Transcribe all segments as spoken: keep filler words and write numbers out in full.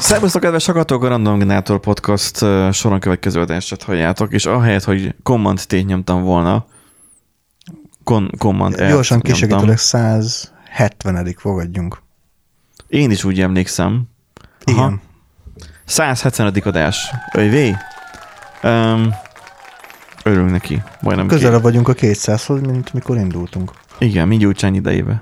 Szervusztok, kedves hallgatók, a Random Generator Podcast soron következő adását halljátok, és ahelyett, hogy Command T-t nyomtam volna, kon- Command R-t gyorsan kisegítőleg száz hetvenedik fogadjunk. Én is úgy emlékszem. Aha. Igen. száz hetvenedik adás. Öjvé! Um, örülünk neki. Majdnem Közelebb két. vagyunk a kétszázhoz, mint mikor indultunk. Igen, mi gyújtsány idejébe.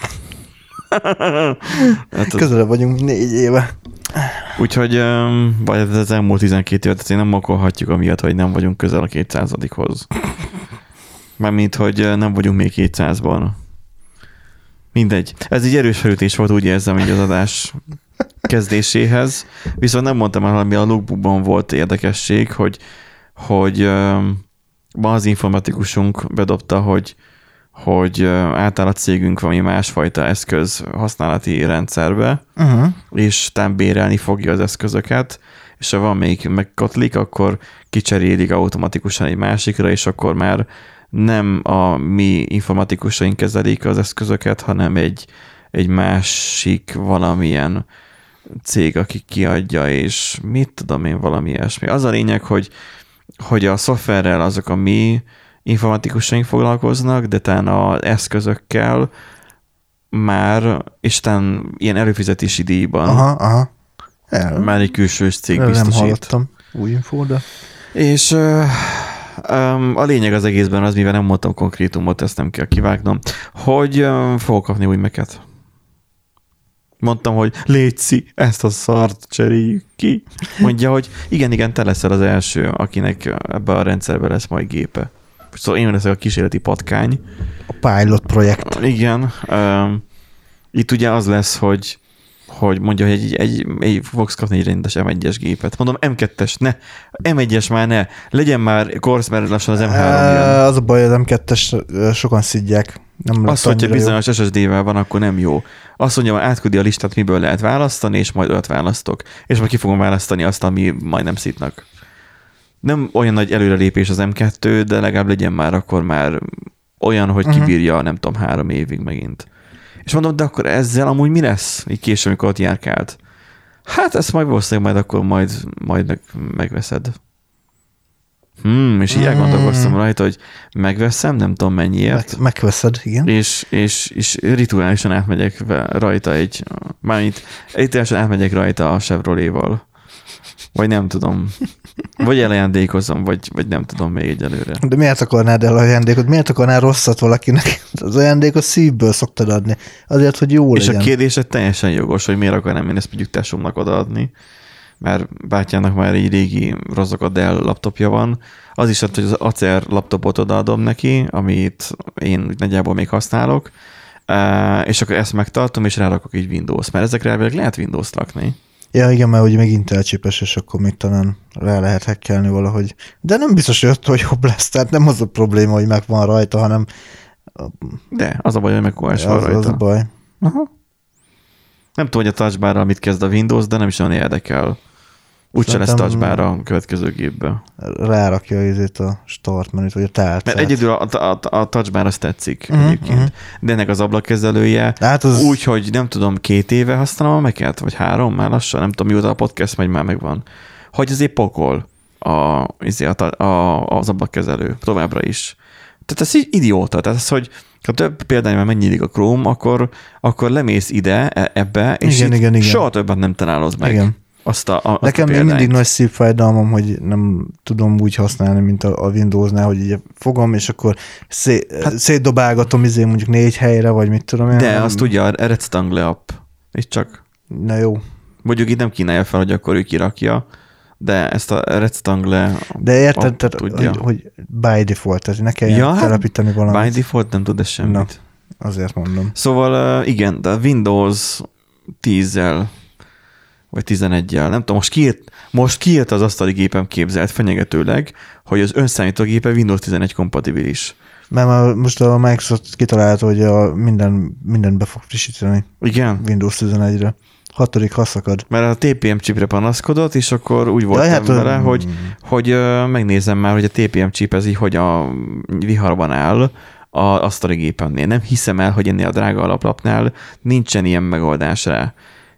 Hát Közelebb vagyunk négy éve. úgyhogy um, vagy az elmúlt tizenkét évet én nem makolhatjuk amiatt, hogy nem vagyunk közel a kétszázadikhoz. Mármint, hogy nem vagyunk még kétszázban. Mindegy. Ez egy erős felütés volt, úgy érzem, így az adás kezdéséhez. Viszont nem mondtam el, ami a lookbookban volt érdekesség, hogy, hogy um, ma az informatikusunk bedobta, hogy hogy átáll a cégünk valami másfajta eszköz használati rendszerbe, uh-huh. és tám bérelni fogja az eszközöket, és ha van még megkotlik, akkor kicserélik automatikusan egy másikra, és akkor már nem a mi informatikusaink kezelik az eszközöket, hanem egy, egy másik valamilyen cég, aki kiadja, és mit tudom én, valami ilyesmi. Az a lényeg, hogy, hogy a szoftverrel azok a mi informatikusaink foglalkoznak, de talán az eszközökkel már, és talán ilyen előfizetési díjban Aha, aha. El, már egy külsős cég nem biztosít. Nem hallottam új infó, de... És uh, um, a lényeg az egészben az, mivel nem mondtam konkrétumot, ezt nem kell kivágnom, hogy um, fogok kapni új meket. Mondtam, hogy létszi, ezt a szart cseréljük ki. Mondja, hogy igen, igen, te leszel az első, akinek ebbe a rendszerbe lesz majd gépe. Szóval én leszek a kísérleti patkány. A pilot projekt. Igen. Um, itt ugye az lesz, hogy, hogy mondja, hogy egy, egy, egy, fogsz kapni egy rendes em egyes gépet. Mondom, em kettes, ne. em egyes már ne. Legyen már korsz, mert lassan az em három jön. Az a baj, az em kettes sokan szidják. Nem azt, hogyha bizonyos es es dé-vel van, akkor nem jó. Azt mondja, hogy átküldi a listát, miből lehet választani, és majd olyat választok. És majd ki fogom választani azt, ami majd nem szítnak. Nem olyan nagy előrelépés az em kettő, de legalább legyen már akkor már olyan, hogy kibírja, uh-huh. nem tudom, három évig megint. És mondom, de akkor ezzel amúgy mi lesz? Így később, amikor ott járkált. Hát ezt majd valószínűleg majd akkor majd, majd meg, megveszed. Hmm, és így elgondolkoztam rajta, hogy megveszem, nem tudom mennyiért. Meg, megveszed, igen. És, és, és rituálisan átmegyek rajta egy, mármint rituálisan átmegyek rajta a Chevrolet-val. Vagy nem tudom. Vagy elajándékozom, vagy, vagy nem tudom még egyelőre. De miért akarnád el ajándékot? Miért akarnál rosszat valakinek? Az ajándékot szívből szoktad adni. Azért, hogy jó és legyen. És a kérdése teljesen jogos, hogy miért akarnám én ezt mondjuk társamnak odaadni. Mert bátyának már egy régi rozok a Dell laptopja van. Az is, hogy az Acer laptopot odaadom neki, amit én nagyjából még használok, és akkor ezt megtartom, és rárakok egy Windows. Mert ezekre elvileg lehet Windows-t rakni. Ja, igen, mert ugye még Intel csipes, és akkor még talán rá lehet hackelni valahogy. De nem biztos, hogy jobb lesz, tehát nem az a probléma, hogy meg van rajta, hanem... De, az a baj, hogy meg o es van az, rajta. Az a baj. Aha. Nem tudom, hogy a touchbarral mit kezd a Windows, de nem is olyan érdekel. Úgyse lesz touchbar a következő gépbe. Rárakja ezért a start menüt, vagy a tárcát. Mert egyedül a, a, a touchbar azt tetszik uh-huh, egyébként. Uh-huh. De ennek az ablakkezelője hát az... úgy, hogy nem tudom, két éve használom a Mac-et, vagy három, már lassan, nem tudom, mióta a podcast megy, már megvan. Hogy azért pokol a, a, a, az ablakkezelő továbbra is. Tehát ez így idióta. Tehát ez, hogy ha több példányban megnyílik a Chrome, akkor, akkor lemész ide, ebbe, és igen, igen, igen. soha többet nem találod meg. Igen. Azt a, a, Nekem még mindig nagy szívfájdalmam, hogy nem tudom úgy használni, mint a, a Windowsnál, hogy így fogom, és akkor szé, hát, szétdobálgatom izé mondjuk négy helyre, vagy mit tudom én. De nem, azt tudja, a Rectangle app. És csak... Na jó. Mondjuk itt nem kínálja fel, hogy akkor ő kirakja, de ezt a Rectangle de érted, tehát, hogy, hogy by default, tehát ne kelljen ja, telepíteni valamit. By default nem tud ez semmit. Na, azért mondom. Szóval igen, de Windows tízzel vagy tizeneggyel, nem tudom, most kiírt, most kiírt az asztali gépem képzelt fenyegetőleg, hogy az önszámítógépe Windows tizenegy kompatibilis. Mert most a Microsoft kitalálta, hogy a minden, mindent be fog frissíteni. Igen? Windows tizenegyre. Hatodik haszakad. Mert a té pé em chipre panaszkodott, és akkor úgy voltam ja, hát, vele, um... hogy, hogy uh, megnézem már, hogy a té pé em chip ez így, hogy a viharban áll az asztali gépemnél. Nem hiszem el, hogy ennél a drága alaplapnál nincsen ilyen megoldás rá.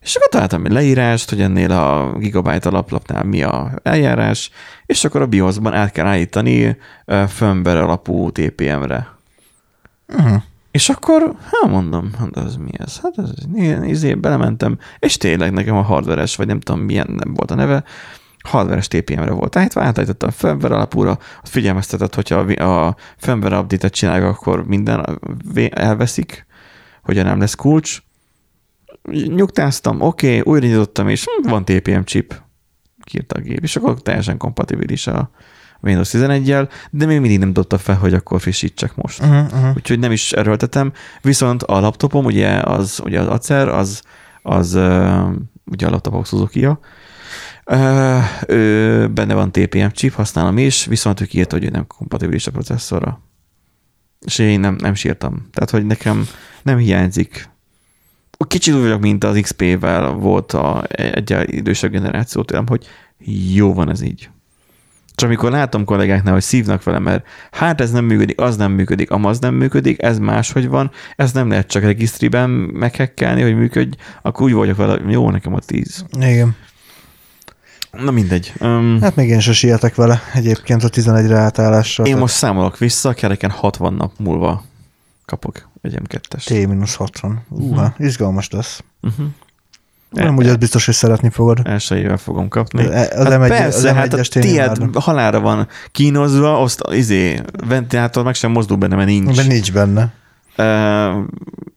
És akkor találtam egy leírást, hogy ennél a gigabyte alaplapnál mi a eljárás, és akkor a BIOS-ban át kell állítani firmware alapú té pé em-re. Uh-huh. És akkor, hát mondom, hát ez mi ez? Hát ez, izé, belementem, és tényleg nekem a hardveres, vagy nem tudom milyen nem volt a neve, hardveres té pé em-re volt állítva, átállítottam a firmware alapúra, ott figyelmeztetett, hogyha a firmware update-et csinálják, akkor minden elveszik, hogyha nem lesz kulcs. Nyugtáztam, oké, okay, újra nyitottam, és van té pé em chip, kiírta a gép, és akkor teljesen kompatibilis a Windows tizeneggyel, de még mindig nem dobta fel, hogy akkor frissítsek most. Uh-huh, uh-huh. Úgyhogy nem is erőltetem, viszont a laptopom, ugye az, ugye az Acer, az, az uh, ugye a laptopok Suzuki-ja, uh, ő, benne van té pé em chip, használom is, viszont ő kiírta, hogy ő nem kompatibilis a processzorra. És én nem, nem sírtam. Tehát, hogy nekem nem hiányzik. Kicsit úgy vagyok, mint az iksz pé-vel volt a, egy idősebb generáció tőlem, hogy jó van ez így. Csak amikor látom kollégáknál, hogy szívnak vele, mert hát ez nem működik, az nem működik, amaz nem működik, ez máshogy van, ez nem lehet csak regisztriben meghekkelni, hogy működj, akkor úgy vagyok vele, jó, nekem a tíz. Igen. Na mindegy. Um, hát még én sem sietek vele egyébként a tizenegyre átállásra. Én tehát... most számolok vissza, kereken hatvan nap múlva kapok egy em kettes. T hatvan. Uha, uh-huh. izgalmas lesz. Uh-huh. Nem úgy, az biztos, hogy szeretni fogod. Első évvel fogom kapni. Az hát em egy, persze, az hát a tiéd halára van kínozva, azt izé, ventilátor meg sem mozdul benne, mert nincs. De nincs benne. Uh,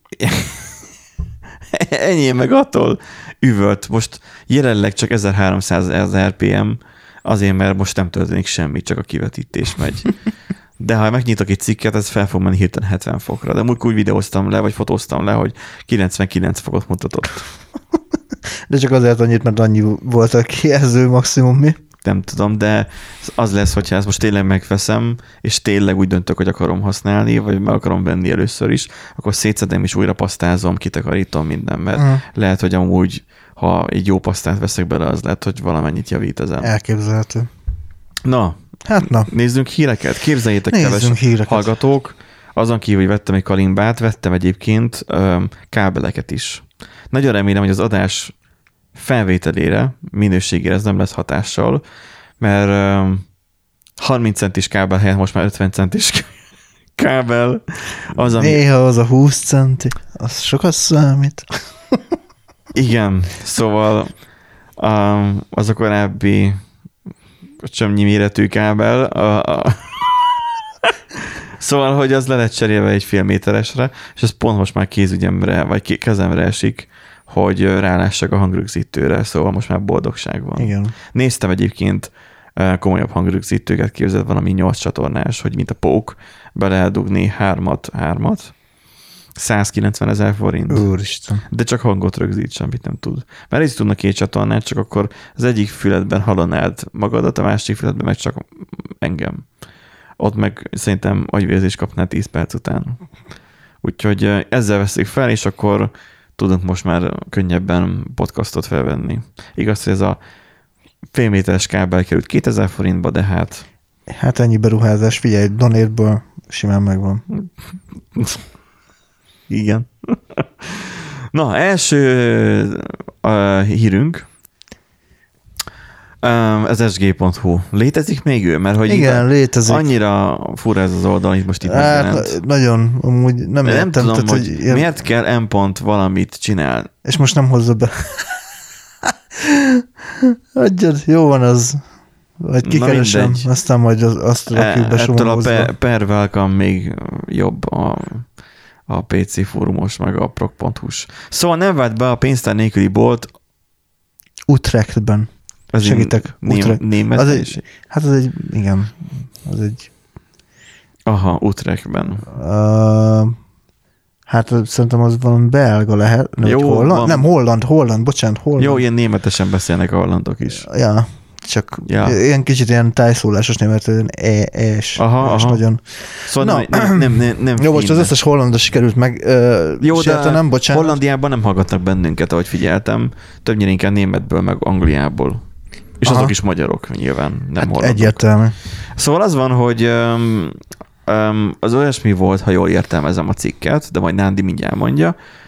ennyi meg attól üvölt. Most jelenleg csak ezerháromszáz er pé em, azért, mert most nem történik semmi, csak a kivetítés megy. De ha megnyitok egy cikket, ez fel fog menni hirtelen hetven fokra. De múltkor úgy videóztam le, vagy fotóztam le, hogy kilencvenkilenc fokot mutatott. De csak azért annyit, mert annyi volt a kijelző maximum, mi? Nem tudom, de az lesz, hogyha ezt most tényleg megveszem, és tényleg úgy döntök, hogy akarom használni, vagy meg akarom venni először is, akkor szétszedem és újra pasztázom, kitakarítom minden, mert uh-huh. lehet, hogy amúgy, ha egy jó pasztát veszek bele, az lehet, hogy valamennyit javít ezen. Elképzelhető. Na, hát na. Nézzünk híreket. Képzeljétek, keves híreket. hallgatók. Azon kívül, hogy vettem egy kalimbát, vettem egyébként öm, kábeleket is. Nagyon remélem, hogy az adás felvételére, minőségére ez nem lesz hatással, mert öm, harminc centis kábel helyett most már ötven centis kábel. Az, ami... Néha az a húsz centi, az sokat számít. Igen, szóval um, az a korábbi csömnyi méretű kábel. A, a... szóval, hogy az le lett cserélve egy fél méteresre, és ez pont most már kézügyemre, vagy kezemre esik, hogy rálássak a hangrögzítőre, szóval most már boldogság van. Igen. Néztem egyébként komolyabb hangrögzítőket, képzeld, valami nyolc csatornás, hogy mint a pók, be lehet dugni hármat, hármat, százkilencven ezer forint. Úristen. De csak hangot rögzít, semmit nem tud. Mert így tudnak két csatornát, csak akkor az egyik füledben hallanád magadat, a másik füledben meg csak engem. Ott meg szerintem agyvérzés kapnál tíz perc után. Úgyhogy ezzel veszik fel, és akkor tudunk most már könnyebben podcastot felvenni. Igaz, hogy ez a félméteres kábel került kétezer forintba, de hát... Hát ennyi beruházás, figyelj, Donate-ből simán megvan. Igen. Na, első uh, hírünk, um, ez es gé pont hú. Létezik még ő? Mert hogy igen, létezik. Annyira fura ez az oldal, itt most itt hát, megjelent. Nagyon, amúgy nem De értem. nem tudom, tehát, hogy, hogy ilyen... miért kell M pont valamit csinál. És most nem hozza be. Adjad, jó van az. Vagy kikeresem, aztán majd az, azt rakjuk be ettől a per, per welcome még jobb a, a pé cé fórumos, meg a proc pont hú-s. Szóval nem vált be a pénztár nélküli bolt. Utrechtben. Az segítek. Ném, Utrecht. német az egy, hát az egy, igen, az egy... Aha, Utrechtben. Uh, hát szerintem az valami belga lehet. Nem, Jó, holland? Van. Nem, holland, holland, bocsánat, holland. Jó, ilyen németesen beszélnek a hollandok is. Ja, csak ja. ilyen kicsit ilyen tájszólásos német, ilyen e-es. Aha, aha. Nagyon. Szóval Na, nem, nem, nem, nem jó, most az összes hollandra sikerült meg uh, jó, de nem, bocsánat. Hollandiában nem hallgatnak bennünket, ahogy figyeltem. Többnyire inkább németből, meg Angliából. És aha. azok is magyarok, nyilván, nem hát hollandok. Egyértelmű. Szóval az van, hogy um, um, az olyasmi volt, ha jól értelmezem a cikket, de majd Nándi mindjárt mondja,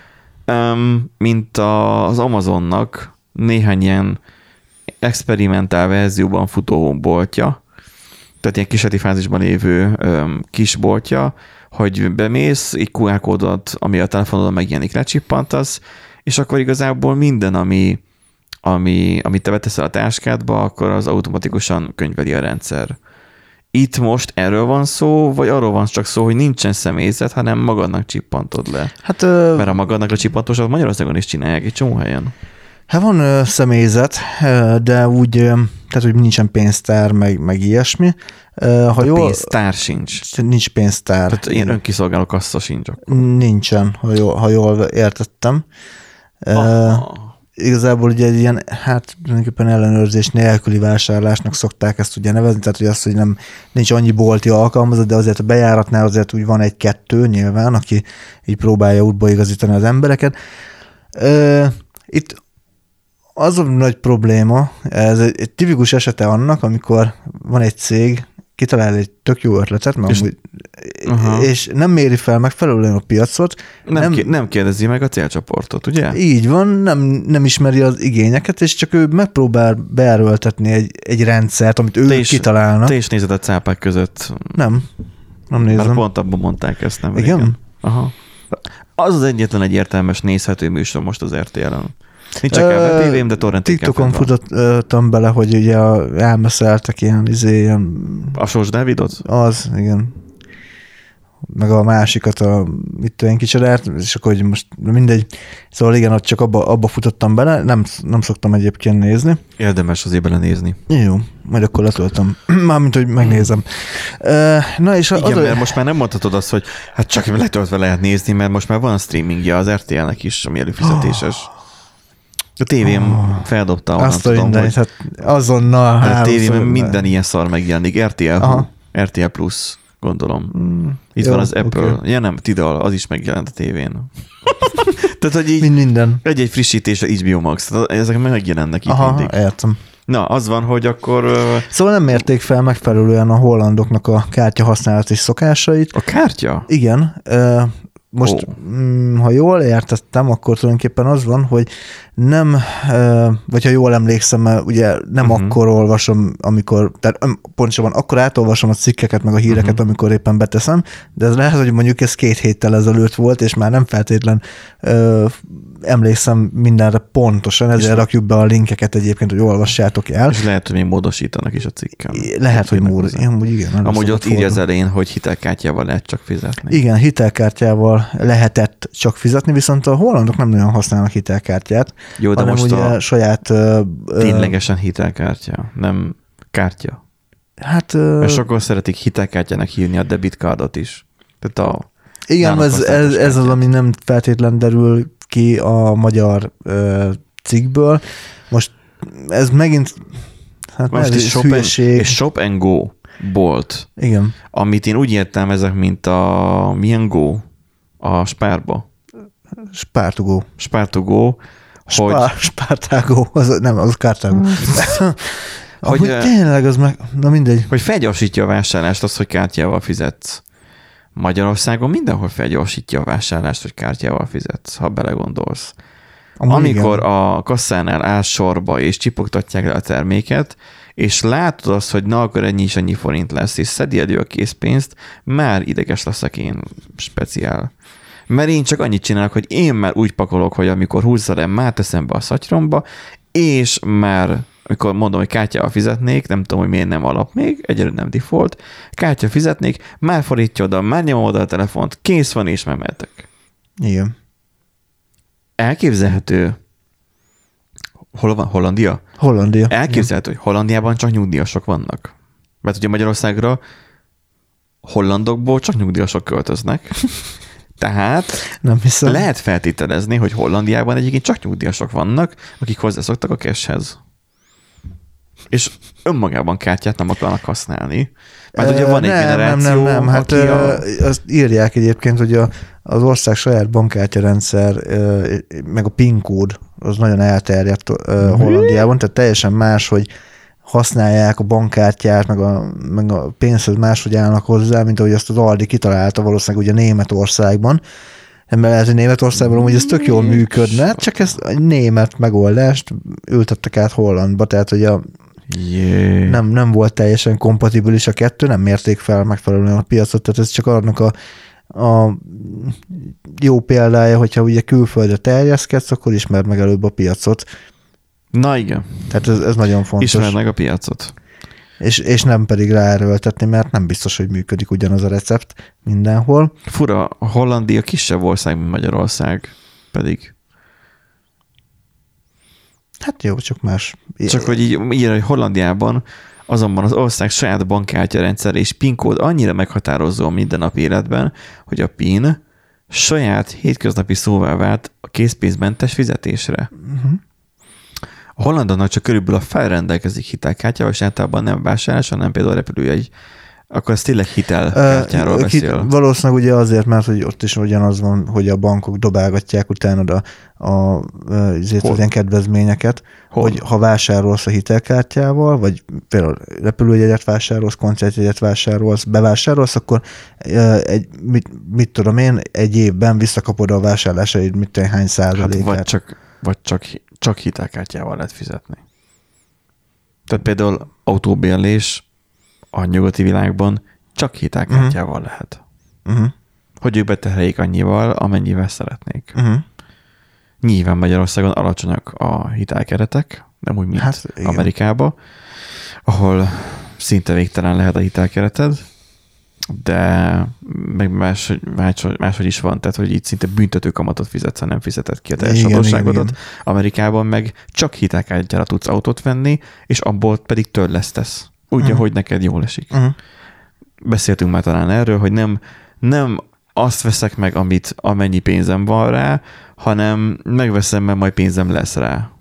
um, mint az Amazonnak néhány ilyen experimentál verzióban futó boltja, tehát ilyen kísérleti fázisban lévő um, kis boltja, hogy bemész, egy kú er kódot, ami a telefonodon megjelenik, lecsippantasz, és akkor igazából minden, ami, ami, amit te beteszel a táskádba, akkor az automatikusan könyveli a rendszer. Itt most erről van szó, vagy arról van csak szó, hogy nincsen személyzet, hanem magadnak csippantod le? Hát, ö... Mert a magadnak a csippantosat Magyarországon is csinálják egy csomó helyen. Hát van ö, személyzet, ö, de úgy, ö, tehát hogy nincsen pénztár, meg, meg ilyesmi. Ö, ha a jól, pénztár sincs. Nincs pénztár. Tehát ilyen önkiszolgáló kassza sincs akkor. Nincsen, ha jól, ha jól értettem. Ö, igazából ugye egy ilyen, hát tulajdonképpen ellenőrzés nélküli vásárlásnak szokták ezt ugye nevezni, tehát hogy az, hogy nem, nincs annyi bolti alkalmazott, de azért a bejáratnál azért úgy van egy-kettő nyilván, aki így próbálja útba igazítani az embereket. Ö, itt az a nagy probléma, ez egy, egy tipikus esete annak, amikor van egy cég, kitalál egy tök jó ötletet, mert és, amúgy, és nem méri fel megfelelően a piacot. Nem, nem, nem kérdezi meg a célcsoportot, ugye? Így van, nem, nem ismeri az igényeket, és csak ő megpróbál beerőltetni egy, egy rendszert, amit ő te is, kitalálna. Te is nézed a cápák között. Nem, nem nézem. Mert pont abban mondták ezt, nem? Igen? Régen. Aha. Az az egyetlen egy értelmes nézhető műsor most az er té el-en. Nincs csak kábel tévém, de torrentéken TikTokon futottam bele, hogy ugye elmeszeltek ilyen, izé, ilyen... A Sós Dávidot? Az, igen. Meg a másikat, a mit tudom én kicsodát, és akkor hogy most mindegy. Szóval igen, ott csak abba, abba futottam bele, nem, nem szoktam egyébként nézni. Érdemes azért belenézni. Jó, majd akkor letöltöm. Mármint, hogy megnézem. Na és igen, az mert a... most már nem mondhatod azt, hogy hát csak letöltve lehet nézni, mert most már van a streamingja az er té el-nek is, ami előfizetéses. Oh. A tévém oh, feldobta, azt a tudom, hogy hát azonnal a tévében minden ilyen szar megjelenik. er té el, er té el Plus, gondolom. Mm, Itt jó, van az Apple. Okay. Ja nem, Tidal, az is megjelent a tévén. Tehát, hogy így minden. Egy-egy frissítés a há bé o Max. Tehát ezek megjelennek itt aha, mindig. Értem. Na, az van, hogy akkor... Szóval nem mérték fel megfelelően a hollandoknak a kártya használati szokásait. A kártya? Igen. Most, oh. ha jól értettem, akkor tulajdonképpen az van, hogy nem, vagy ha jól emlékszem, ugye nem uh-huh. akkor olvasom, amikor, tehát pontosabban akkor átolvasom a cikkeket, meg a híreket, uh-huh. amikor éppen beteszem, de ez lehet, hogy mondjuk ez két héttel ezelőtt volt, és már nem feltétlen ö, emlékszem mindenre pontosan, ezért rakjuk be a linkeket egyébként, hogy olvassátok el. És lehet, hogy még módosítanak is a cikken. Lehet, hogy módosítanak. Amúgy igen. Amúgy ott írja az elején, hogy hitelkártyával lehet csak fizetni. Igen, hitelkártyával lehetett csak fizetni, viszont a hollandok nem nagyon használnak hitelkártyát. Jó, de hanem most ugye a saját... ténylegesen hitelkártya, nem kártya. Hát... Mert sokan szeretik hitelkártyának hívni a debitkárdat is. Tehát a igen, ez, ez, ez az, ami nem feltétlen derül ki a magyar uh, cikkből. Most ez megint... Hát most is shop and, és Shop and Go bolt. Igen. Amit én úgy értelmezek, mint a milyen Go? A Spárba. Spár-to-go. Spár-to-go. Hogy... Spártágó, az, nem, az kártágó. Hogy tényleg az meg, na mindegy. Hogy felgyorsítja a vásárlást az, hogy kártyával fizetsz. Magyarországon mindenhol felgyorsítja a vásárlást, hogy kártyával fizetsz, ha belegondolsz. Amúgy amikor igen. A kasszánál állsz sorba, és csipogtatják le a terméket, és látod azt, hogy na, akkor ennyi is ennyi forint lesz, és szedi elő a készpénzt, már ideges leszek én speciál. Mert én csak annyit csinálok, hogy én már úgy pakolok, hogy amikor húzzalem, már teszem be a szatyromba, és már, amikor mondom, hogy kártyával fizetnék, nem tudom, hogy miért nem alap még, egyelőre nem default, kártya fizetnék, már fordítja oda, már nyomom oda a telefont, kész van, és már mehetek. Igen. Elképzelhető, hol van? Hollandia? Hollandia. Elképzelhető, hogy Hollandiában csak nyugdíjasok vannak. Mert ugye Magyarországra hollandokból csak nyugdíjasok költöznek. Tehát nem hiszem. Lehet feltételezni, hogy Hollandiában egyébként csak nyugdíjasok vannak, akik hozzászoktak a cashhez. És önmagában kártyát nem akarnak használni. Mert ugye van egy nem, generáció, nem, nem, nem. Hát a... azt írják egyébként, hogy a, az ország saját bankkártyarendszer, meg a PIN kód, az nagyon elterjedt Hollandiában, tehát teljesen más, hogy használják a bankkártyát, meg a, meg a pénzhez máshogy állnak hozzá, mint ahogy azt az Aldi kitalálta valószínűleg ugye Németországban, Mert lehet, hogy Németországban hogy ez tök jól működne, csak ez a német megoldást ültettek át Hollandba, tehát hogy a yeah. nem, nem volt teljesen kompatibilis a kettő, nem mérték fel megfelelően a piacot, tehát ez csak annak a, a jó példája, hogyha ugye külföldre terjeszkedsz, akkor ismerd meg előbb a piacot. Na igen. Tehát ez, ez nagyon fontos. Ismerd meg a piacot. És, és nem pedig ráerőltetni, mert nem biztos, hogy működik ugyanaz a recept mindenhol. Fura, a Hollandia kisebb ország, mint Magyarország pedig. Hát jó, csak más. Csak hogy így ír, hogy Hollandiában azonban az ország saját bankkártya rendszer és PIN kód annyira meghatározó a mindennapi életben, hogy a PIN saját hétköznapi szóvá vált a készpénzmentes fizetésre. Uh-huh. A hollandonnak csak körülbelül a felrendelkezik hitelkártyával, és általában nem vásárlás, hanem például repülőjegy. Akkor ez tényleg hitelkártyáról uh, beszél. Valószínűleg ugye azért, mert hogy ott is ugyanaz van, hogy a bankok dobálgatják utána a, a, azért az ilyen kedvezményeket, Hol? Hogy ha vásárolsz a hitelkártyával, vagy például repülőjegyet vásárolsz, koncertjegyet vásárolsz, bevásárolsz, akkor egy, mit, mit tudom én, egy évben visszakapod a vásárlásaid, mit tudom, hány százalékát. Hát vagy csak, vagy csak, csak hitelkártyával lehet fizetni. Tehát például autóbérlés a nyugati világban csak hitelkártyával uh-huh. lehet. Uh-huh. Hogy ők betereljék annyival, amennyivel szeretnék. Uh-huh. Nyilván Magyarországon alacsonyak a hitelkeretek, nem úgy, mint hát, Amerikában, ahol szinte végtelen lehet a hitelkereted, de meg más, más, máshogy is van, tehát hogy itt szinte büntető kamatot fizetsz, ha nem fizeted ki a teljes adósságodat. Amerikában meg csak hitelkártyára tudsz autót venni, és abból pedig törlesztesz. Úgy, uh-huh. ahogy neked jól esik. Uh-huh. Beszéltünk már talán erről, hogy nem, nem azt veszek meg, amit amennyi pénzem van rá, hanem megveszem, mert majd pénzem lesz rá.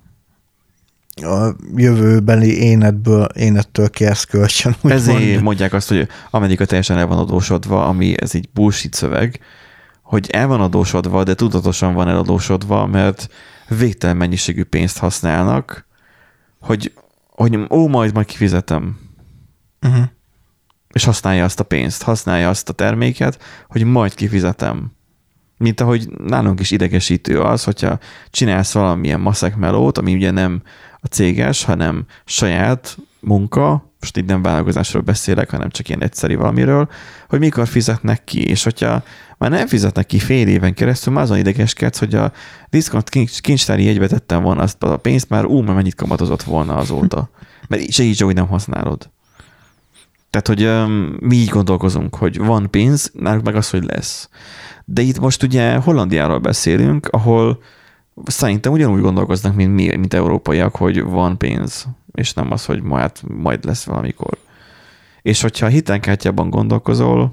A jövőbeli énedből, énettől kérsz kölcsön. Ezért mondja. mondják azt, hogy Amerika teljesen el van adósodva, ami ez egy bullshit szöveg, hogy el van adósodva, de tudatosan van eladósodva, mert végtelen mennyiségű pénzt használnak, hogy, hogy ó, majd majd kifizetem. Uh-huh. És használja azt a pénzt, használja azt a terméket, hogy majd kifizetem. Mint ahogy nálunk is idegesítő az, hogyha csinálsz valamilyen maszek melót, ami ugye nem a céges, hanem saját munka, most itt nem vállalkozásról beszélek, hanem csak ilyen egyszeri valamiről, hogy mikor fizetnek ki, és hogyha már nem fizetnek ki fél éven keresztül, már azon idegeskedsz, hogy a diszkont kincstári jegybe tettem volna azt a pénzt, már ú, már mennyit kamatozott volna azóta. Mert így se így, hogy nem használod. Tehát, hogy um, mi így gondolkozunk, hogy van pénz, náluk meg az, hogy lesz. De itt most ugye Hollandiáról beszélünk, ahol szerintem ugyanúgy gondolkoznak, mint mi, mint európaiak, hogy van pénz, és nem az, hogy majd, majd lesz valamikor. És hogyha a hitelkártyában gondolkozol,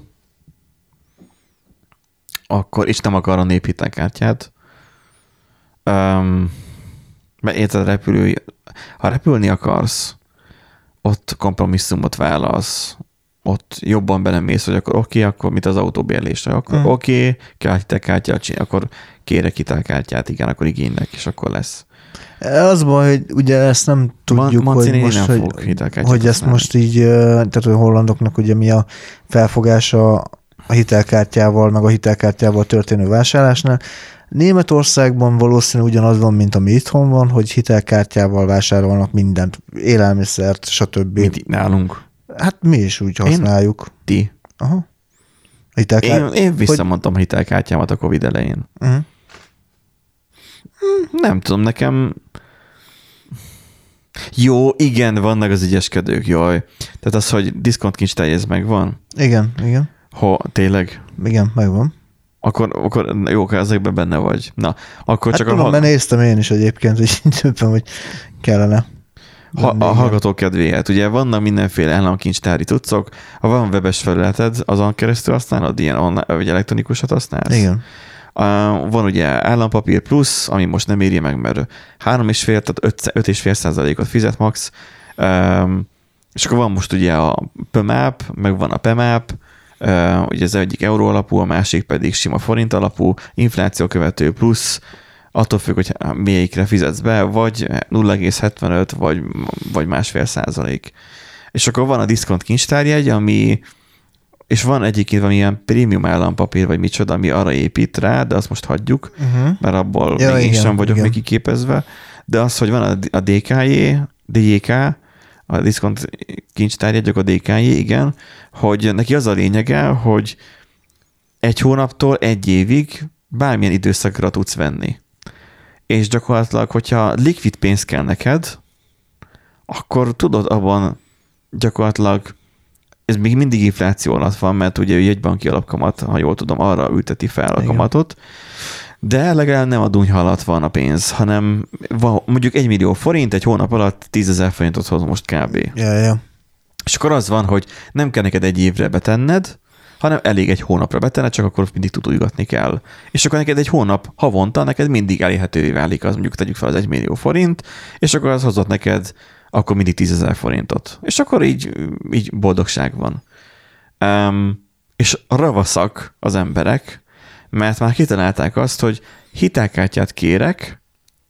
akkor, és nem akar a nép hitelkártyát, um, mert érted, repülő, ha repülni akarsz, ott kompromisszumot válasz, ott jobban belemész, hogy akkor oké, okay, akkor mit az autóbérlésre, akkor mm. oké, okay, kell hitelkártyát csinálni, akkor kérek hitelkártyát, igen, akkor igénynek, és akkor lesz. Az baj, hogy ugye ezt nem tudjuk, Ma, hogy, most, hogy, hogy ezt most így, tehát a hollandoknak ugye mi a felfogása a hitelkártyával, meg a hitelkártyával történő vásárlásnál. Németországban valószínű ugyanaz van, mint ami itthon van, hogy hitelkártyával vásárolnak mindent, élelmiszert, stb. Mint itt nálunk. Hát mi is úgy használjuk. Én? Ti? Aha. Hitelkár... Én, én visszamondtam hogy... a hitelkártyámat a Covid elején. Uh-huh. Nem tudom, nekem... Jó, igen, vannak az ügyeskedők, jaj. Tehát az, hogy diszkontkincstár, ez megvan? Igen, igen. Ha, tényleg? Igen, megvan. Akkor, akkor jó, ezekben benne vagy. Na, akkor hát csak tudom, a... mert néztem én is egyébként, hogy többen, hogy kellene. Ha, a hallgatók kedvéért. Ugye vannak mindenféle államkincstári cuccok, ha van webes felületed, azon keresztül használod, ilyen online, vagy elektronikusat használsz? Igen. Uh, van ugye állampapír plusz, ami most nem éri meg, mert három és fél, tehát öt és fél százalékot fizet max. Um, és akkor van most ugye a PEMAP, meg van a PEMAP, uh, ugye az egyik euró alapú, a másik pedig sima forint alapú, infláció követő plusz, attól függ, hogy melyikre fizetsz be, vagy nulla egész hetvenöt, vagy, vagy másfél százalék. És akkor van a diszkont kincstárjegy, ami és van egyébként valamilyen prémium állampapír, vagy micsoda, ami arra épít rá, de azt most hagyjuk, uh-huh. mert abból ja, még igen, én sem vagyok igen. még kiképezve. De az, hogy van a dé ká jé, dé jé ká, a diszkont kincstárjegyek, a dé ká jé, igen, hogy neki az a lényege, hogy egy hónaptól egy évig bármilyen időszakra tudsz venni. És gyakorlatilag, hogyha likvid pénz kell neked, akkor tudod abban gyakorlatilag, ez még mindig infláció alatt van, mert ugye a jegybanki alapkamat, ha jól tudom, arra ülteti fel a kamatot, de legalább nem a dunyha alatt van a pénz, hanem van, mondjuk egy millió forint, egy hónap alatt tízezer forintot hoz most kb. Ja, ja. És akkor az van, hogy nem kell neked egy évre betenned, hanem elég egy hónapra betenned, csak akkor mindig tudulgatni kell. És akkor neked egy hónap havonta, neked mindig elérhetővé válik, az mondjuk tegyük fel az egy millió forint, és akkor az hozott neked akkor mindig tízezer forintot. És akkor így, így boldogság van. Um, és ravaszak az emberek, mert már kitalálták azt, hogy hitelkártyát kérek,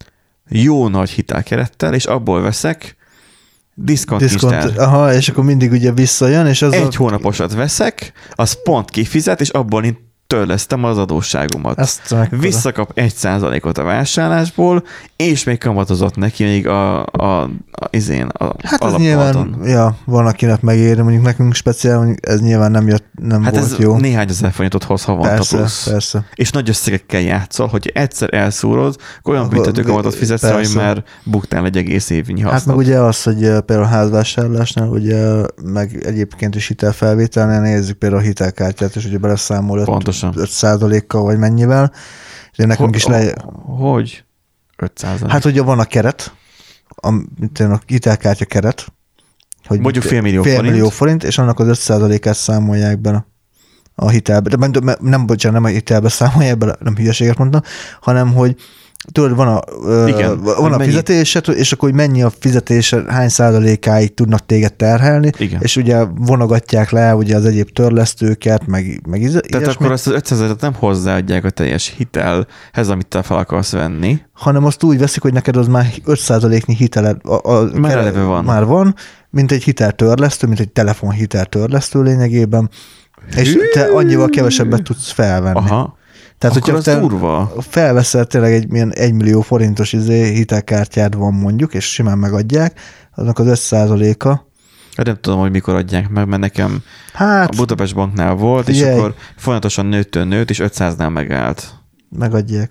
jó nagy hitelkerettel, és abból veszek diszkont kincstár. Aha, és akkor mindig ugye visszajön, és az Egy a... hónaposat veszek, az pont kifizet, és abból én törlesztem az adósságomat. Visszakap egy százalékot a vásárlásból, és még kamatozott neki még a, a, a izén, a hát ez nyilván, ja, van akinek megéri, mondjuk nekünk speciál, mondjuk ez nyilván nem jött, nem hát volt ez jó. Néhány ezer forintot hoz havonta persze, plusz. Persze. És nagy összegekkel játszol, hogy egyszer elszúrod, olyan büntetőkamatot fizetsz rá, hogy már buktál egy egész évnyi hasznot. Hát meg ugye az, hogy például a házvásárlásnál, ugye meg egyébként is hitelfelvételnél nézzük például a hitelkártyát, és ugye beleszámol öt százalékkal vagy mennyivel. De nekünk is le... Hogy? öt százalék. Hát ugye van a keret, a, a hitelkártya keret, hogy mondjuk fél millió fél forint. millió forint, és annak az öt százalékát számolják bele a hitelbe. De nem, nem, bocsánat, nem a hitelbe számolják bele, nem hülyeséget mondtam, hanem, hogy tudod, van a, Igen, van a fizetésed, és akkor, hogy mennyi a fizetése, hány százalékáig tudnak téged terhelni, Igen. és ugye vonogatják le ugye az egyéb törlesztőket, meg, meg ilyesmi. Tehát akkor azt az ötszázat nem hozzáadják a teljes hitelhez, amit te fel akarsz venni. Hanem azt úgy veszik, hogy neked az már öt százaléknyi hiteled a, a, már eleve van. Már van, mint egy hiteltörlesztő, mint egy telefon hiteltörlesztő lényegében, Hű. és te annyival kevesebbet tudsz felvenni. Aha. Tehát, akkor hogyha te durva. felveszel tényleg egy milyen egymillió forintos izé, hitelkártyád van mondjuk, és simán megadják, aznak az öt százaléka. Nem tudom, hogy mikor adják meg, mert nekem hát, a Budapest Banknál volt, és jaj. akkor folyamatosan nőttől nőtt, és ötszáznál megállt. Megadják.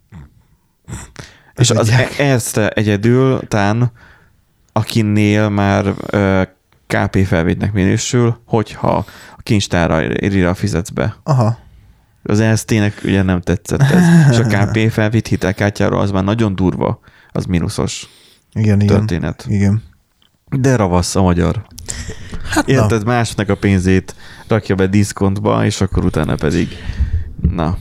És megadják. Az ezt egyedül tán, akinél már ká pé felvétnek minősül, hogyha a kincstárra fizetsz be. Aha. Az e es té-nek ugye nem tetszett ez. És a ká pé felvitt hitelkártyáról az már nagyon durva, az mínuszos igen, történet. Igen, igen. De ravasz a magyar. Hát érted, másnak a pénzét rakja be diszkontba, és akkor utána pedig na.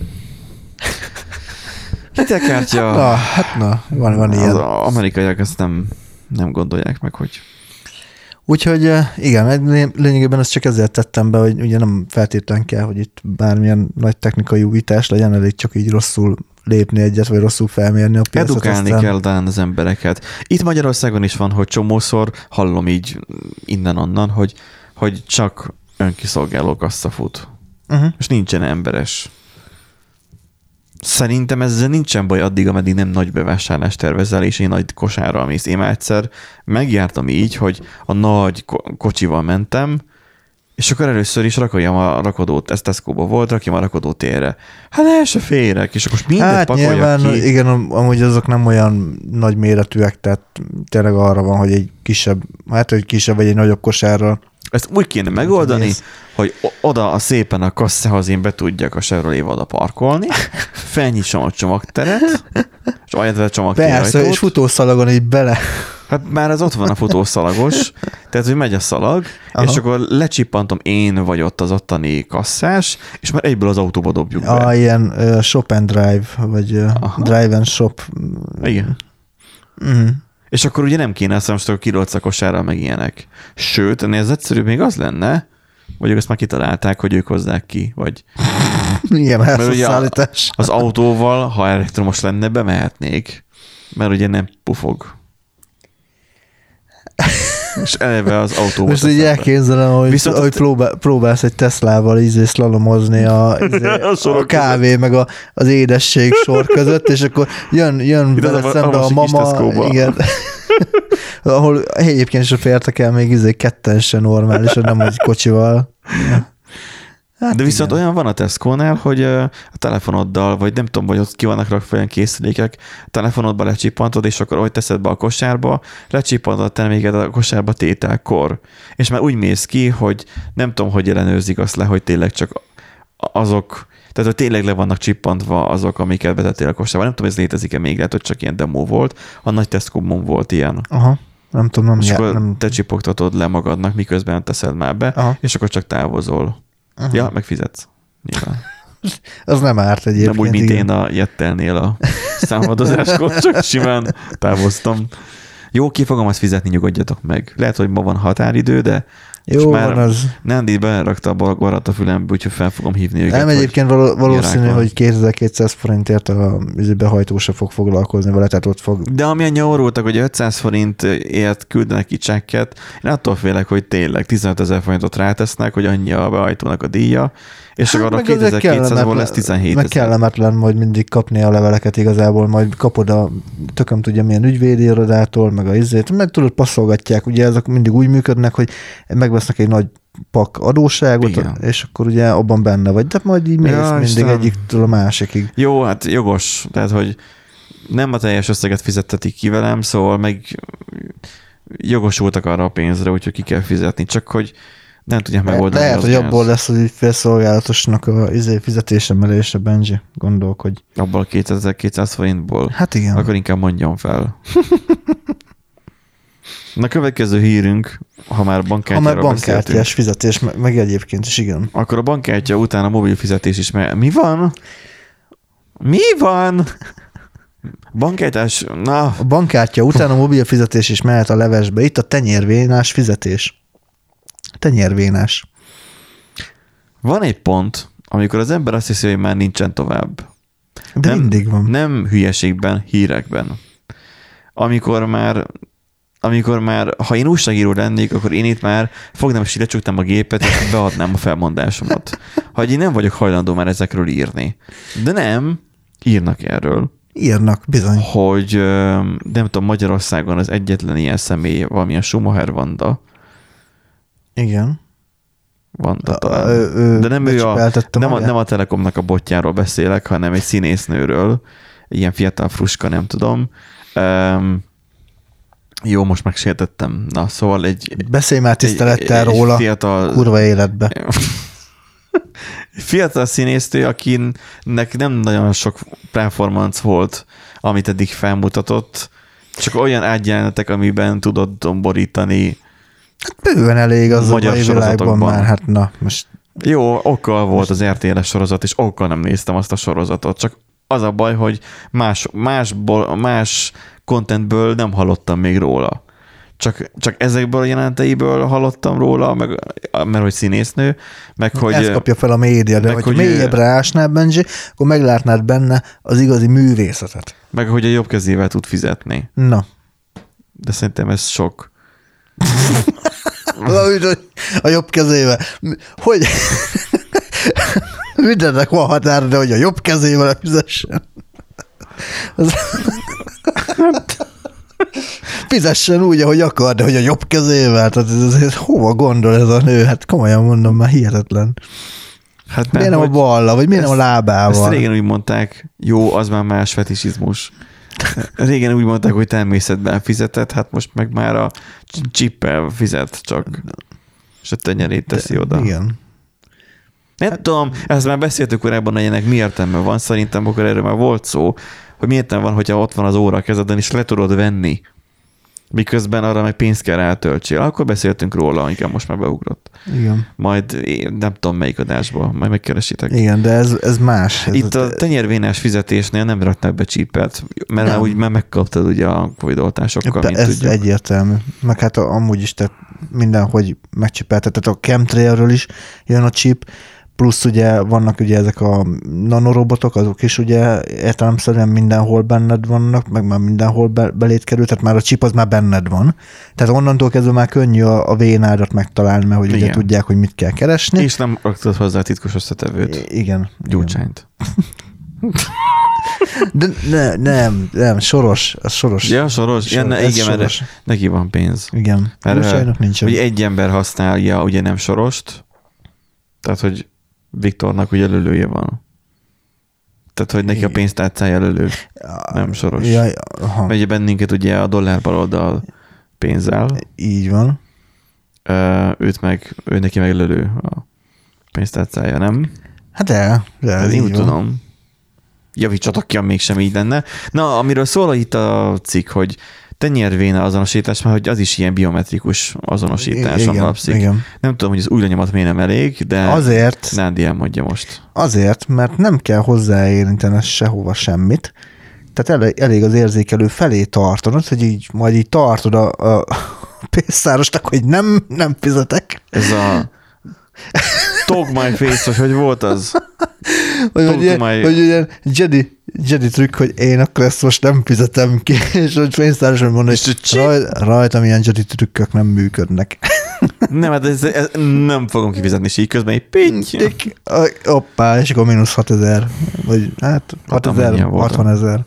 Hitelkártya. Hát na, hát na van, van ilyen. Az amerikaiak ezt nem, nem gondolják meg, hogy úgyhogy igen, lényegében ezt csak ezért tettem be, hogy ugye nem feltétlenül kell, hogy itt bármilyen nagy technikai újítás legyen, elég csak így rosszul lépni egyet, vagy rosszul felmérni a piacot. Edukálni aztán... kell Dán az embereket. Itt Magyarországon is van, hogy csomószor hallom így innen-onnan, hogy, hogy csak önkiszolgáló kassa fut. Uh-huh. És nincsen emberes. Szerintem ezzel nincsen baj addig, ameddig nem nagy bevásárlást tervezel, és én nagy kosárral mész. Én egyszer megjártam így, hogy a nagy kocsival mentem, és akkor először is rakoljam a rakodót, ez Tesco-ba volt, rakjam a rakodótérre. Hát el se férek, és akkor mindent hát pakoljak nyilván, ki. Igen, amúgy azok nem olyan nagy méretűek, tehát tényleg arra van, hogy egy kisebb, hát egy kisebb vagy egy nagyobb kosárral. Ezt úgy kéne megoldani, hogy oda a szépen a kasszához én be tudjak a Chevrolet-val oda parkolni, felnyissam a csomagteret, és aljad vele csomagtérajtót. Persze, és futószalagon így bele. Hát már az ott van a futószalagos, tehát hogy megy a szalag, aha. és akkor lecsippantom én vagy ott az ottani kasszás, és már egyből az autóba dobjuk be. Ah, ilyen uh, shop and drive, vagy uh, drive and shop. Igen. Mm. És akkor ugye nem kéne azt, most akkor kilódsz a kosárral, meg ilyenek. Sőt, ennél az egyszerűbb még az lenne, vagy ők azt már kitalálták, hogy ők hozzák ki, vagy... Igen, ez a szállítás. Az autóval, ha elektromos lenne, bemehetnék, mert ugye nem pufog. És eleve az autóba. Most így elképzelem, hogy, Viszont hogy próbál, próbálsz egy Teslával ízé szlalomozni a, ízé, a, a kávé között. Meg a, az édesség sor között, és akkor jön, jön vele szembe a, a mama, igen, ahol egyébként is fértek el még ízé ketten se normális, nem egy kocsival. Hát de viszont igen. Olyan van a Tesco-nál, hogy a telefonoddal, vagy nem tudom, hogy ott ki vannak rakva olyan készülékek, a telefonodba lecsippantod, és akkor ahogy teszed be a kosárba, lecsippantod a terméket a kosárba tételkor. És már úgy mész ki, hogy nem tudom, hogy ellenőrzik azt le, hogy tényleg csak azok, tehát hogy tényleg le vannak csippantva azok, amiket betettél a kosárba. Nem tudom, ez létezik-e még, lehet, hogy csak ilyen demo volt. A nagy Tesco-ban volt ilyen. Aha. Nem tudom, nem. És jár, akkor nem... te csipogtatod le magadnak, miközben teszed már be, Aha. és akkor csak távozol. Uh-huh. Ja, megfizetsz. Nyilván. Az nem árt egyébként. Nem úgy, mint igen. én a Jettelnél a számadozáskor, csak simán távoztam. Jó, ki fogom azt fizetni, nyugodjatok meg. Lehet, hogy ma van határidő, de jó, már az... Nandi berakta a balgarat a fülembe, úgyhogy fel fogom hívni őket. Nem, egyébként való, valószínű, hogy kétezer-kétszáz forintért a behajtó se fog foglalkozni vele, tehát ott fog... De ami annyi orrultak, hogy ötszáz forintért küldenek ki csekket, én attól félek, hogy tényleg tizenötezer forintot rátesznek, hogy annyi a behajtónak a díja, és hát akkor a kétezer-kétszázból lesz tizenhétezer. Meg kellemetlen majd mindig kapni a leveleket igazából, majd kapod a tököm tudja milyen ügyvédi irodától, meg a izét, meg tudod, passzolgatják, ugye ezek mindig úgy működnek, hogy megvesznek egy nagy pak adósságot, igen. És akkor ugye abban benne vagy, de majd így mész ja, mindig Isten. Egyiktől a másikig. Jó, hát jogos, tehát hogy nem a teljes összeget fizettetik ki velem, szóval meg jogosultak arra a pénzre, úgyhogy ki kell fizetni, csak hogy nem tudják megoldani. Lehet, hogy abból lesz az ügyfélszolgálatosnak a izé fizetésemelése, Benji, gondolkodj. Abból a kétezer-kétszáz forintból? Hát igen. Akkor inkább mondjam fel. Na, következő hírünk, ha már bankkártyáról Ha már bankkártyás fizetés, meg egyébként is, igen. Akkor a bankkártya után a mobil fizetés is, mert mi van? Mi van? Bankkártyás, na. A bankkártya után a mobil fizetés is mehet a levesbe. Itt a tenyérvénás fizetés. Tenyérvénás. Van egy pont, amikor az ember azt hiszi, hogy már nincsen tovább. De nem, mindig van. Nem hülyeségben, hírekben. Amikor már, amikor már, ha én újságíró lennék, akkor én itt már fognám, és lecsuktam a gépet, és beadnám a felmondásomat. Ha én nem vagyok hajlandó már ezekről írni. De nem, írnak erről. Írnak, bizony. Hogy nem tudom, Magyarországon az egyetlen ilyen személy, valamilyen Schumacher Vanda. Igen. Vanda talán. Ö, ö, De nem ő a, nem, a, nem a Telekomnak a botjáról beszélek, hanem egy színésznőről. Ilyen fiatal fruska, nem tudom. Um, jó, most megsértettem. Na, szóval egy... Beszélj már tisztelettel egy, róla, egy fiatal, kurva életbe. Fiatal színésznő, akinek nem nagyon sok performance volt, amit eddig felmutatott, csak olyan ágyjelenetek, amiben tudod domborítani. Hát bőven elég az a mai világban már, hát na, most... Jó, okkal volt az er té el-es sorozat, és okkal nem néztem azt a sorozatot, csak az a baj, hogy más, másból, más contentből nem hallottam még róla. Csak, csak ezekből a jelenteiből hallottam róla, meg, mert hogy színésznő, meg hogy... Ezt kapja fel a média, de hogy, hogy mélyebbre ásnál, Benji, akkor meglátnád benne az igazi művészetet. Meg hogy a jobb kezével tud fizetni. Na. De szerintem ez sok. A jobb kezével. Hogy? Mindennek van határ, de hogy a jobb kezével fizessen. Fizessen úgy, ahogy akar, de hogy a jobb kezével. Tehát ez, ez, hova gondol ez a nő? Hát komolyan mondom, már hihetetlen. Hát miért nem a balla, vagy miért nem a lábával? Ezt régen úgy mondták, jó, az már más fetisizmus. Régen úgy mondták, hogy természetben fizetett, hát most meg már a csippel fizet csak, és a tenyerét teszi oda. Igen. Nem hát, tudom, ezt már beszéltük korábban, hogy ennek mi értelme van, szerintem akkor erről már volt szó, hogy mi értelme van, hogyha ott van az óra a kezeden, és le tudod venni, miközben arra meg pénzt kell rátöltsél. Akkor beszéltünk róla, inkább most már beugrott. Igen. Majd én nem tudom melyik adásban, majd megkeresitek. Igen, de ez, ez más. Ez Itt a tenyérvénás fizetésnél nem raknak be csípet, mert már úgy már megkaptad ugye a covid-oltásokkal, mint ez tudjuk. egyértelmű. Meg hát amúgy is, tehát mindenhogy megcsipeltet. Tehát a chemtrailről is jön a chip, plusz ugye vannak ugye ezek a nanorobotok, azok is ugye értelemszerűen mindenhol benned vannak, meg már mindenhol be, beléd kerül, tehát már a chip az már benned van. Tehát onnantól kezdve már könnyű a, a vénádat megtalálni, mert hogy ugye tudják, hogy mit kell keresni. És nem raktad hozzá a titkos összetevőt. I- igen. Gyurcsányt. De ne, nem, nem, soros, az soros. Ja, soros. Ja, ne, igen, soros. mert neki van pénz. Igen. Mert nincs. Ugye egy ember használja ugye nem sorost, tehát, hogy Viktornak ugye lölője van. Tehát, hogy neki a pénztárcája lölő, nem soros. Jaj, aha. Mert ugye bennünket ugye a dollár baloldal pénzzel. Így van. Őt meg, ő neki meg lölő a pénztárcája, nem? Hát el, de ez én úgy tudom. Javítsatok ki, mégsem így lenne. Na, amiről szól itt a cikk, hogy tenyérvéna azonosítás, mert hogy az is ilyen biometrikus azonosításon alapszik. Igen. Nem tudom, hogy az új lenyomat miért nem elég, de azért, Nándi elmondja most. Azért, mert nem kell hozzáérinteni sehova semmit, tehát elég, elég az érzékelő felé tartanod, hogy így majd így tartod a, a pénztárosnak, hogy nem, nem fizetek. Ez a Talk my face, hogy hogy volt az? Hogy, hogy, ilyen, my... hogy ilyen Jedi, Jedi trükk, hogy én akkor ezt most nem fizetem ki, és hogy pénztárosan mondom, hogy raj, rajtam ilyen Jedi trükkök nem működnek. Nem, hát ez, ez, nem fogom kifizetni, és így közben egy pitty. Hoppá, és akkor mínusz hatezer, vagy hát hatezer, hatvanezer.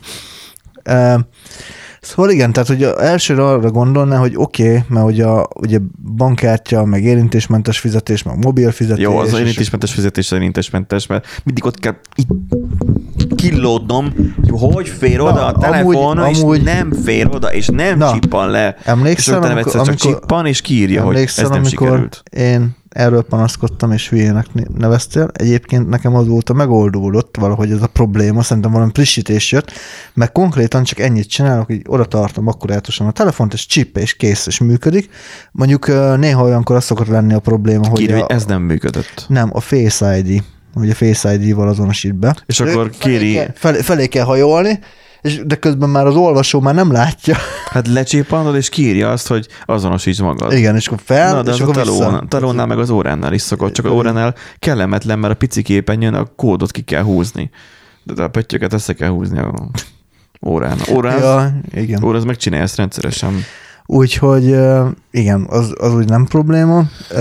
Szóval igen, tehát hogy elsőre arra gondolná, hogy oké, okay, mert hogy a ugye bankkártya, meg érintésmentes fizetés, meg mobil fizetés. Jó, az érintésmentes fizetés az érintésmentes, mert mindig ott kell kilódnom, hogy fér oda na, a telefon, amúgy, és amúgy, nem fér oda, és nem na, csippan le. Emlékszel, és amikor, csak csippan, és kiírja, hogy ez nem sikerült. Én erről panaszkodtam, és hülyének neveztél. Egyébként nekem azóta megoldódott valahogy ez a probléma, szerintem valami frissítés jött, mert konkrétan csak ennyit csinálok, hogy oda tartom akkurátusan a telefont, és csip, és kész, és működik. Mondjuk néha olyankor az szokott lenni a probléma, hogy, Kérj, a, hogy ez nem működött. Nem, a Face i dé, hogy a Face i dé-val azonosít be. És akkor kéri... Felé kell, felé, felé kell hajolni, és de közben már az olvasó már nem látja. Hát lecsépannod, és kiírja azt, hogy azonosíts magad. Igen, és akkor fel, na, de és az akkor a talón, talónnál meg az óránál is szokott, csak az óránál kellemetlen, mert a pici képernyőn a kódot ki kell húzni. De a pöttyöket össze kell húzni a órán. Órán, ja, igen. Óra az megcsinálja ezt rendszeresen. Úgyhogy igen, az, az úgy nem probléma.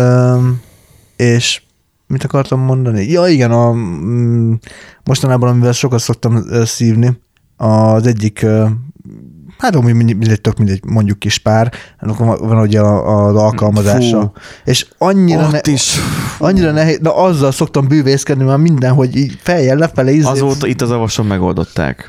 És mit akartam mondani? Ja, igen, a, mostanában, amivel sokat szoktam szívni, az egyik, hát úgy mindegy, tök mindegy, mondjuk kis pár, van ugye az alkalmazása. Fú, és annyira, ne, is. annyira nehéz, de azzal szoktam bűvészkedni már minden, hogy így feljel lefele ízét. Azóta itt az avason megoldották.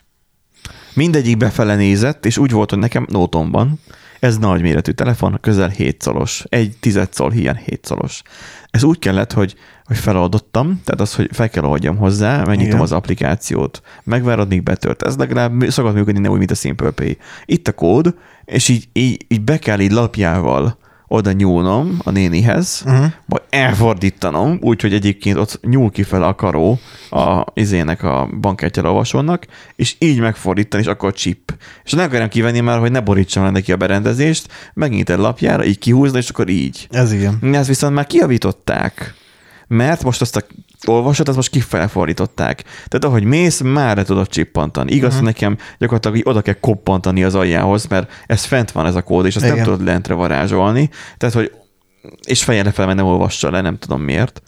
Mindegyik befele nézett, és úgy volt, hogy nekem nótomban, ez nagyméretű telefon, közel hét szolos. Egy tized szol hiány hét szolos. Ez úgy kellett, hogy, hogy feloldottam, tehát az, hogy fel kell oldjam hozzá, megnyitom az applikációt, megvárod, míg betölt. Ez legalább szokott működni, nem úgy, mint a Simple Pay. Itt a kód, és így, így, így be kell így lapjával oda nyúlnom a nénihez, uh-huh. vagy elfordítanom, úgyhogy egyébként ott nyúl kifele a karó a izének a bankkártyára olvasónak, és így megfordítani, és akkor chip. És nem akarom kivenni már, hogy ne borítsam le neki a berendezést, megint egy lapjára, így kihúzni, és akkor így. Ez igen. Ezt viszont már kijavították, mert most azt a olvasat, azt most kifele fordították. Tehát ahogy mész, már le tudod csippantani. Igaz, uh-huh. nekem gyakorlatilag oda kell koppantani az aljához, mert ez fent van ez a kód, és azt igen. nem tudod lentre varázsolni. Tehát, hogy és fejjel lefele, mert nem olvassa le, nem tudom miért.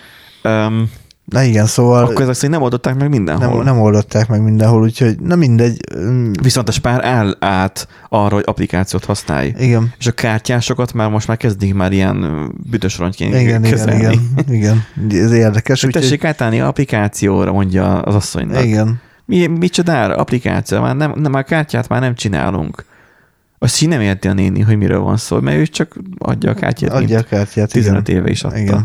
Um, Na igen, szóval... Akkor ezek szerint nem oldották meg mindenhol. Nem, nem oldották meg mindenhol, úgyhogy na mindegy. Viszont a spár áll át arra, hogy applikációt használj. Igen. És a kártyásokat már most már kezdik már ilyen büdös rongyként igen, kezelni. Igen, igen, igen. Ez érdekes. Úgy tessék átállni applikációra, mondja az asszonynak. Igen. Mi, micsodára? Applikáció, már nem, nem, a kártyát már nem csinálunk. Azt így nem érti a néni, hogy miről van szó, mert ő csak adja a kártyát. Adja a kártyát, tizenöt igen. éve is adta. Igen.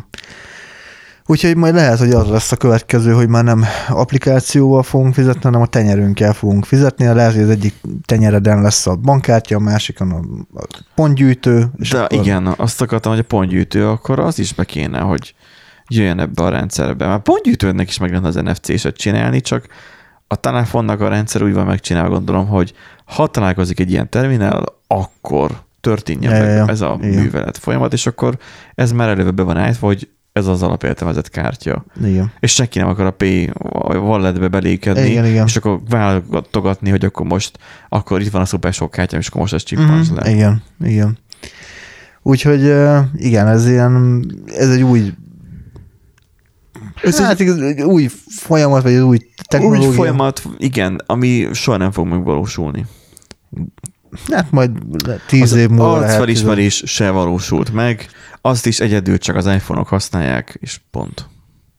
Úgyhogy majd lehet, hogy az lesz a következő, hogy már nem applikációval fogunk fizetni, hanem a tenyerünkkel fogunk fizetni. Lehet, hogy az egyik tenyereden lesz a bankkártya, a másikon a pontgyűjtő. És de akkor... igen, azt akartam, hogy a pontgyűjtő, akkor az is be kéne, hogy jöjjön ebbe a rendszerbe. Már pontgyűjtőnek is meg lenne az en ef cé-set csinálni, csak a telefonnak a rendszer úgy van megcsinálva, gondolom, hogy ha találkozik egy ilyen terminál, akkor történjen ja, meg ja, ez a igen. művelet folyamat, és akkor ez már előbb be van állítva, hogy ez az alapértelmezett kártya. Igen. És senki nem akar a Pay walletbe belékedni, igen, igen. és akkor váltogatni, hogy akkor most, akkor itt van a szuper sok kártyám, és akkor most ez csippans Mm, le. igen, igen. Úgyhogy igen, ez ilyen, ez egy új ez hát egy, egy új folyamat, vagy egy új technológia. Új folyamat, igen, ami soha nem fog megvalósulni. Hát majd tíz az év múlva arcfelismerés se valósult meg, azt is egyedül csak az iPhone-ok használják, és pont.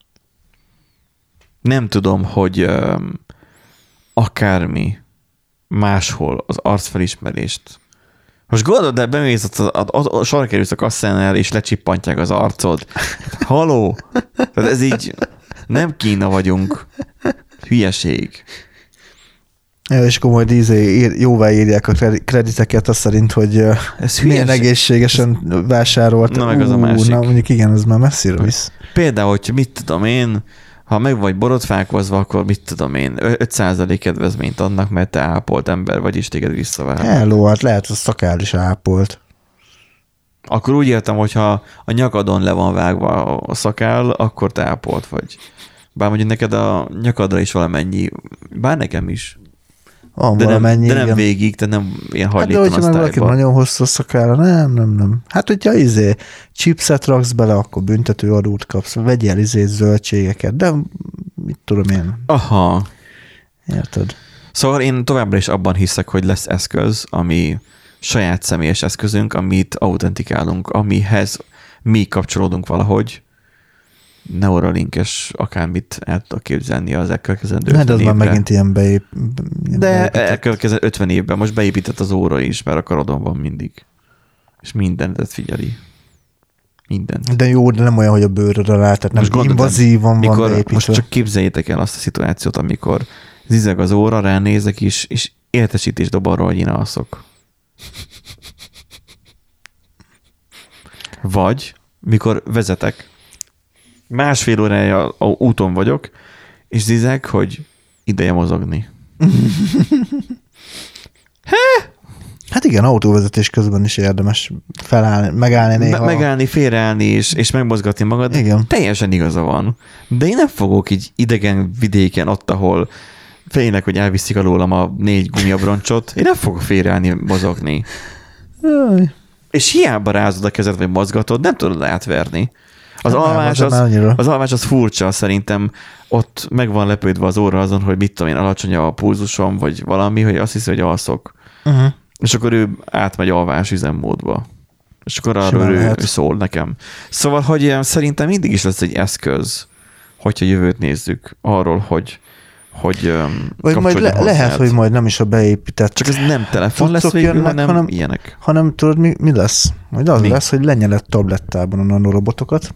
Nem tudom, hogy um, akármi máshol az arcfelismerést. Most gondolod, de bemész, a, a, a, a sorra kerülsz a kasszánál, és lecsippantják az arcod. Haló! Tehát ez így nem Kína vagyunk. Hülyeség. Ja, és akkor majd ír, jóvá írják a krediteket azt szerint, hogy ez milyen egészségesen vásárolt. Na meg az a másik. Na mondjuk igen, ez már messzire visz. Például, hogy mit tudom én, ha meg vagy borotfálkozva, akkor mit tudom én, öt százalék kedvezményt adnak, mert te ápolt ember vagy, és téged visszavár. Hello, hát lehet, hogy szakál is ápolt. Akkor úgy értem, hogyha a nyakadon le van vágva a szakál, akkor te ápolt vagy. Bár mondjuk neked a nyakadra is valamennyi, bár nekem is. Van de, nem, de nem végig, de nem ilyen hajlítan hát, de hogyha meg valaki nagyon hosszú szakára, nem, nem, nem. Hát, hogyha izé chipset raksz bele, akkor büntető adót kapsz, vegyél izé zöldségeket, de mit tudom én. Aha. Érted? Szóval én továbbra is abban hiszek, hogy lesz eszköz, ami saját személyes eszközünk, amit autentikálunk, amihez mi kapcsolódunk valahogy. Neuralinkes akármit el tudok képzelni az elkövetkezendő ötven évre. Hát ez már megint ilyen beép... De elkövetkezendő ötven évben most beépített az óra is, mert a karodon van mindig. És mindenet figyeli. Mindent. De jó, de nem olyan, hogy a bőrödre rá, tehát nem most invazívan mikor, van beépítve. Most csak képzeljétek el azt a szituációt, amikor zizeg az óra, ránézek is, és értesítés dob arról, hogy én alszok. Vagy mikor vezetek, másfél órája úton vagyok, és zizeg, hogy ideje mozogni. Hé? Hát igen, autóvezetés közben is érdemes felállni, megállni néha. Me- megállni, félreállni és, és megmozgatni magad. Igen. Teljesen igaza van. De én nem fogok így idegen vidéken, ott, ahol félnek, hogy elviszik alólam a négy gumiabroncsot. Én nem fogok félreállni, mozogni. Jaj. És hiába rázod a kezed, vagy mozgatod, nem tudod átverni. Az nem, alvás az, az alvás az furcsa, szerintem ott meg van lepődve az óra azon, hogy mit tudom én, alacsony a pulzusom, vagy valami, hogy azt hiszi, hogy alszok. Uh-huh. És akkor ő átmegy alvás üzemmódba. És akkor arról ő, ő szól nekem. Szóval, hogy szerintem mindig is lesz egy eszköz, hogyha jövőt nézzük, arról, hogy hogy vagy majd le, lehet, hogy majd nem is a beépített. Csak ez nem telefon lesz végül, jönnek, hanem, hanem ilyenek. Hanem tudod, mi, mi lesz? Majd az mi? lesz, hogy lenyeled tablettában a nanorobotokat.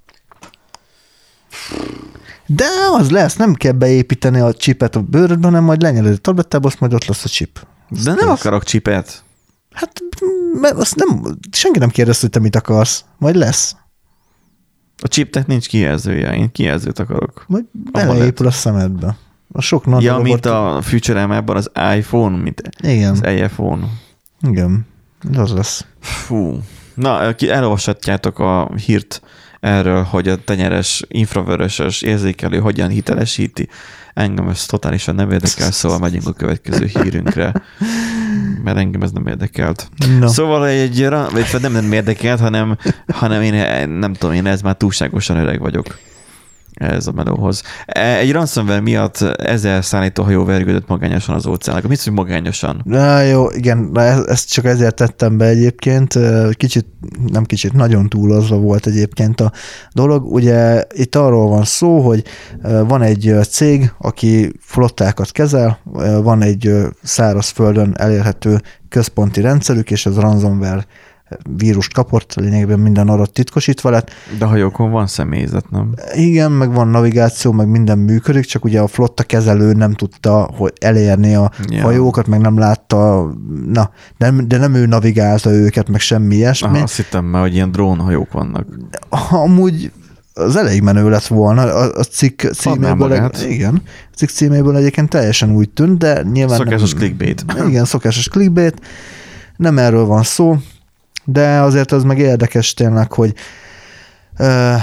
De az lesz, nem kell beépíteni a csipet a bőrödbe, hanem majd lenyeled a tablettába, azt majd ott lesz a chip. Azt de nem kész. Akarok csipet. Hát mert azt nem, senki nem kérdez, hogy te mit akarsz. Majd lesz. A chipnek nincs kijelzője, én kijelzőt akarok. Majd beleépül a szemedbe. A sok ja, mint a Futurama-ban az iPhone, mint igen. az iPhone. Igen, az lesz. Fú. Na, elolvashatjátok a hírt erről, hogy a tenyeres, infravörösös érzékelő hogyan hitelesíti. Engem ez totálisan nem érdekel, szóval megyünk a következő hírünkre, mert engem ez nem érdekelt. No. Szóval egy, vagy nem nem érdekelt, hanem, hanem én nem tudom, én ez már túlságosan öreg vagyok. Ez a melóhoz. Egy ransomware miatt ezer szállítóhajó vergődött magányosan az óceánnak. Mit mondjuk magányosan? Na jó, igen, ezt csak ezért tettem be egyébként. Kicsit, nem kicsit, nagyon túlozva volt egyébként a dolog. Ugye itt arról van szó, hogy van egy cég, aki flottákat kezel, van egy szárazföldön elérhető központi rendszerük, és ez ransomware vírust kapott, lényegében minden adat titkosítva lett. De a hajókon van személyzet, nem? Igen, meg van navigáció, meg minden működik, csak ugye a flotta kezelő nem tudta hogy elérni a ja. hajókat, meg nem látta, na, de, de nem ő navigálta őket, meg semmi ilyesmi. Aha, azt hittem már, hogy ilyen drónhajók vannak. Amúgy az elég menő lett volna, a, a cikk címéből, egy, igen, a cikk címéből egyébként teljesen úgy tűnt, de nyilván szokásos nem, clickbait. Igen, szokásos clickbait, nem erről van szó, de azért az meg érdekes tényleg, hogy uh,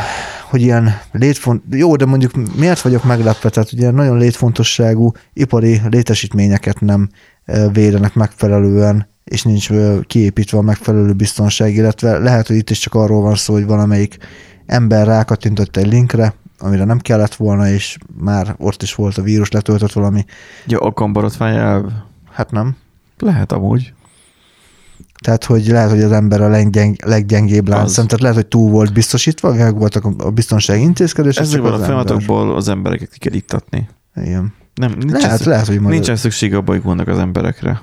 hogy ilyen létfont, jó, de mondjuk miért vagyok meglepve, tehát ugye nagyon létfontosságú ipari létesítményeket nem védenek megfelelően, és nincs kiépítve a megfelelő biztonság, illetve lehet, hogy itt is csak arról van szó, hogy valamelyik ember rákattintott egy linkre, amire nem kellett volna, és már ott is volt a vírus, letöltött valami. Ja, a kambarotvány elv. Hát nem. Lehet amúgy. Tehát, hogy lehet, hogy az ember a leggyeng, leggyengébb láncszem, tehát lehet, hogy túl volt biztosítva, meg voltak a biztonsági intézkedések. Ezekben a folyamatokból az embereket ki kell iktatni. Igen. Nem, nincs lehet, ez, lehet, hogy majd... nincsen szükség a bolygónak az emberekre.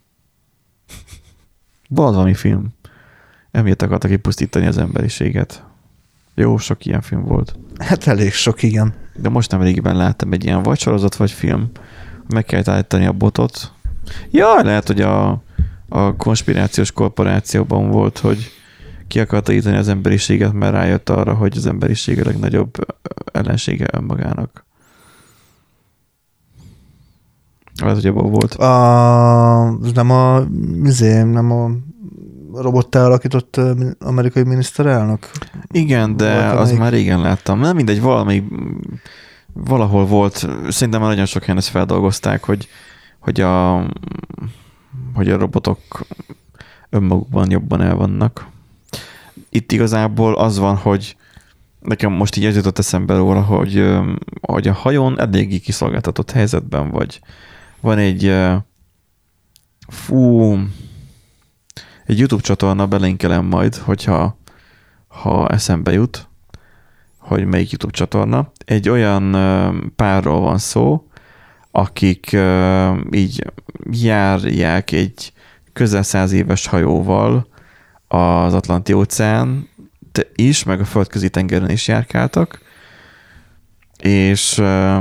Volt valami film. Emiatt akartak kipusztítani az emberiséget. Jó, sok ilyen film volt. Hát elég sok, igen. De most nem régiben láttam egy ilyen vagy sorozat, vagy film. Meg kellett állítani a botot. Ja, lehet, hogy a, a konspirációs korporációban volt, hogy ki akarta ítani az emberiséget, mert rájött arra, hogy az emberiség a legnagyobb ellensége önmagának. Lehet, hogy abban volt. A, nem a, izém, nem a robottá alakított amerikai miniszterelnök? Igen, de az amelyik... már régen láttam. Nem mindegy, valami valahol volt, szerintem már nagyon sok helyen ezt feldolgozták, hogy, hogy, a, hogy a robotok önmagukban jobban el vannak. Itt igazából az van, hogy nekem most így ez jutott eszembe róla, hogy, hogy a hajón eléggé kiszolgáltatott helyzetben vagy. Van egy fú, egy YouTube csatorna, belinkelem majd, hogyha ha eszembe jut, hogy melyik YouTube csatorna. Egy olyan párról van szó, akik így járják egy közel száz éves hajóval az Atlanti-óceán is, meg a földközi tengeren is járkáltak, és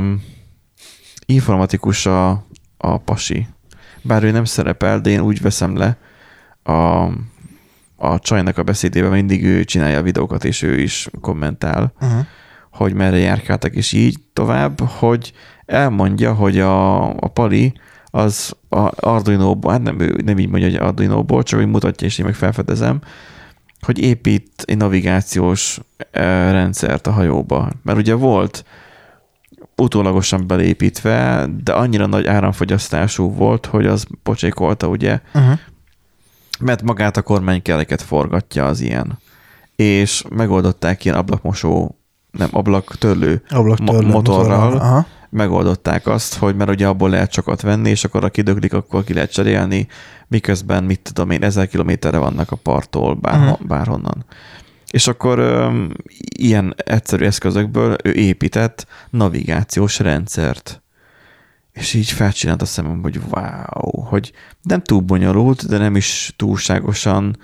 informatikus a, a pasi. Bár ő nem szerepel, de én úgy veszem le, a, a csajnak a beszédében mindig ő csinálja a videókat, és ő is kommentál, uh-huh. hogy merre járkáltak, és így tovább, hogy elmondja, hogy a, a pali az a Arduino-ból, hát nem, nem így mondja, hogy Arduino-ból, csak hogy mutatja, és én meg felfedezem, hogy épít egy navigációs rendszert a hajóba. Mert ugye volt utólagosan belépítve, de annyira nagy áramfogyasztású volt, hogy az pocsékolta, ugye, uh-huh. mert magát a kormánykereket forgatja az ilyen. És megoldották ilyen ablakmosó, nem, ablaktörlő, ablaktörlő mo- motorral, motorral. megoldották azt, hogy mert ugye abból lehet sokat venni, és akkor ha kidöglik, akkor ki lehet cserélni, miközben, mit tudom én, ezer kilométerre vannak a parttól, bárhon, uh-huh. bárhonnan. És akkor öm, ilyen egyszerű eszközökből ő épített navigációs rendszert. És így felcsinált a szemem, hogy wow, hogy nem túl bonyolult, de nem is túlságosan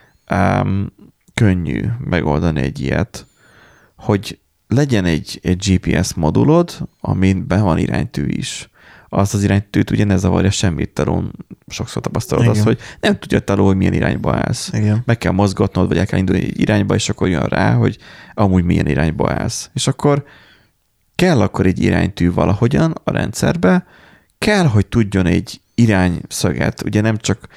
um, könnyű megoldani egy ilyet, hogy legyen egy, egy gé pé es modulod, amiben van iránytű is. Azt az iránytűt ugye ne zavarja semmit, talán sokszor tapasztalod azt, hogy nem tudja talán, hogy milyen irányba állsz. Igen. Meg kell mozgatnod, vagy el kell indulni egy irányba, és akkor jön rá, hogy amúgy milyen irányba állsz. És akkor kell akkor egy iránytű valahogyan a rendszerbe, kell, hogy tudjon egy irányszöget, ugye nem csak,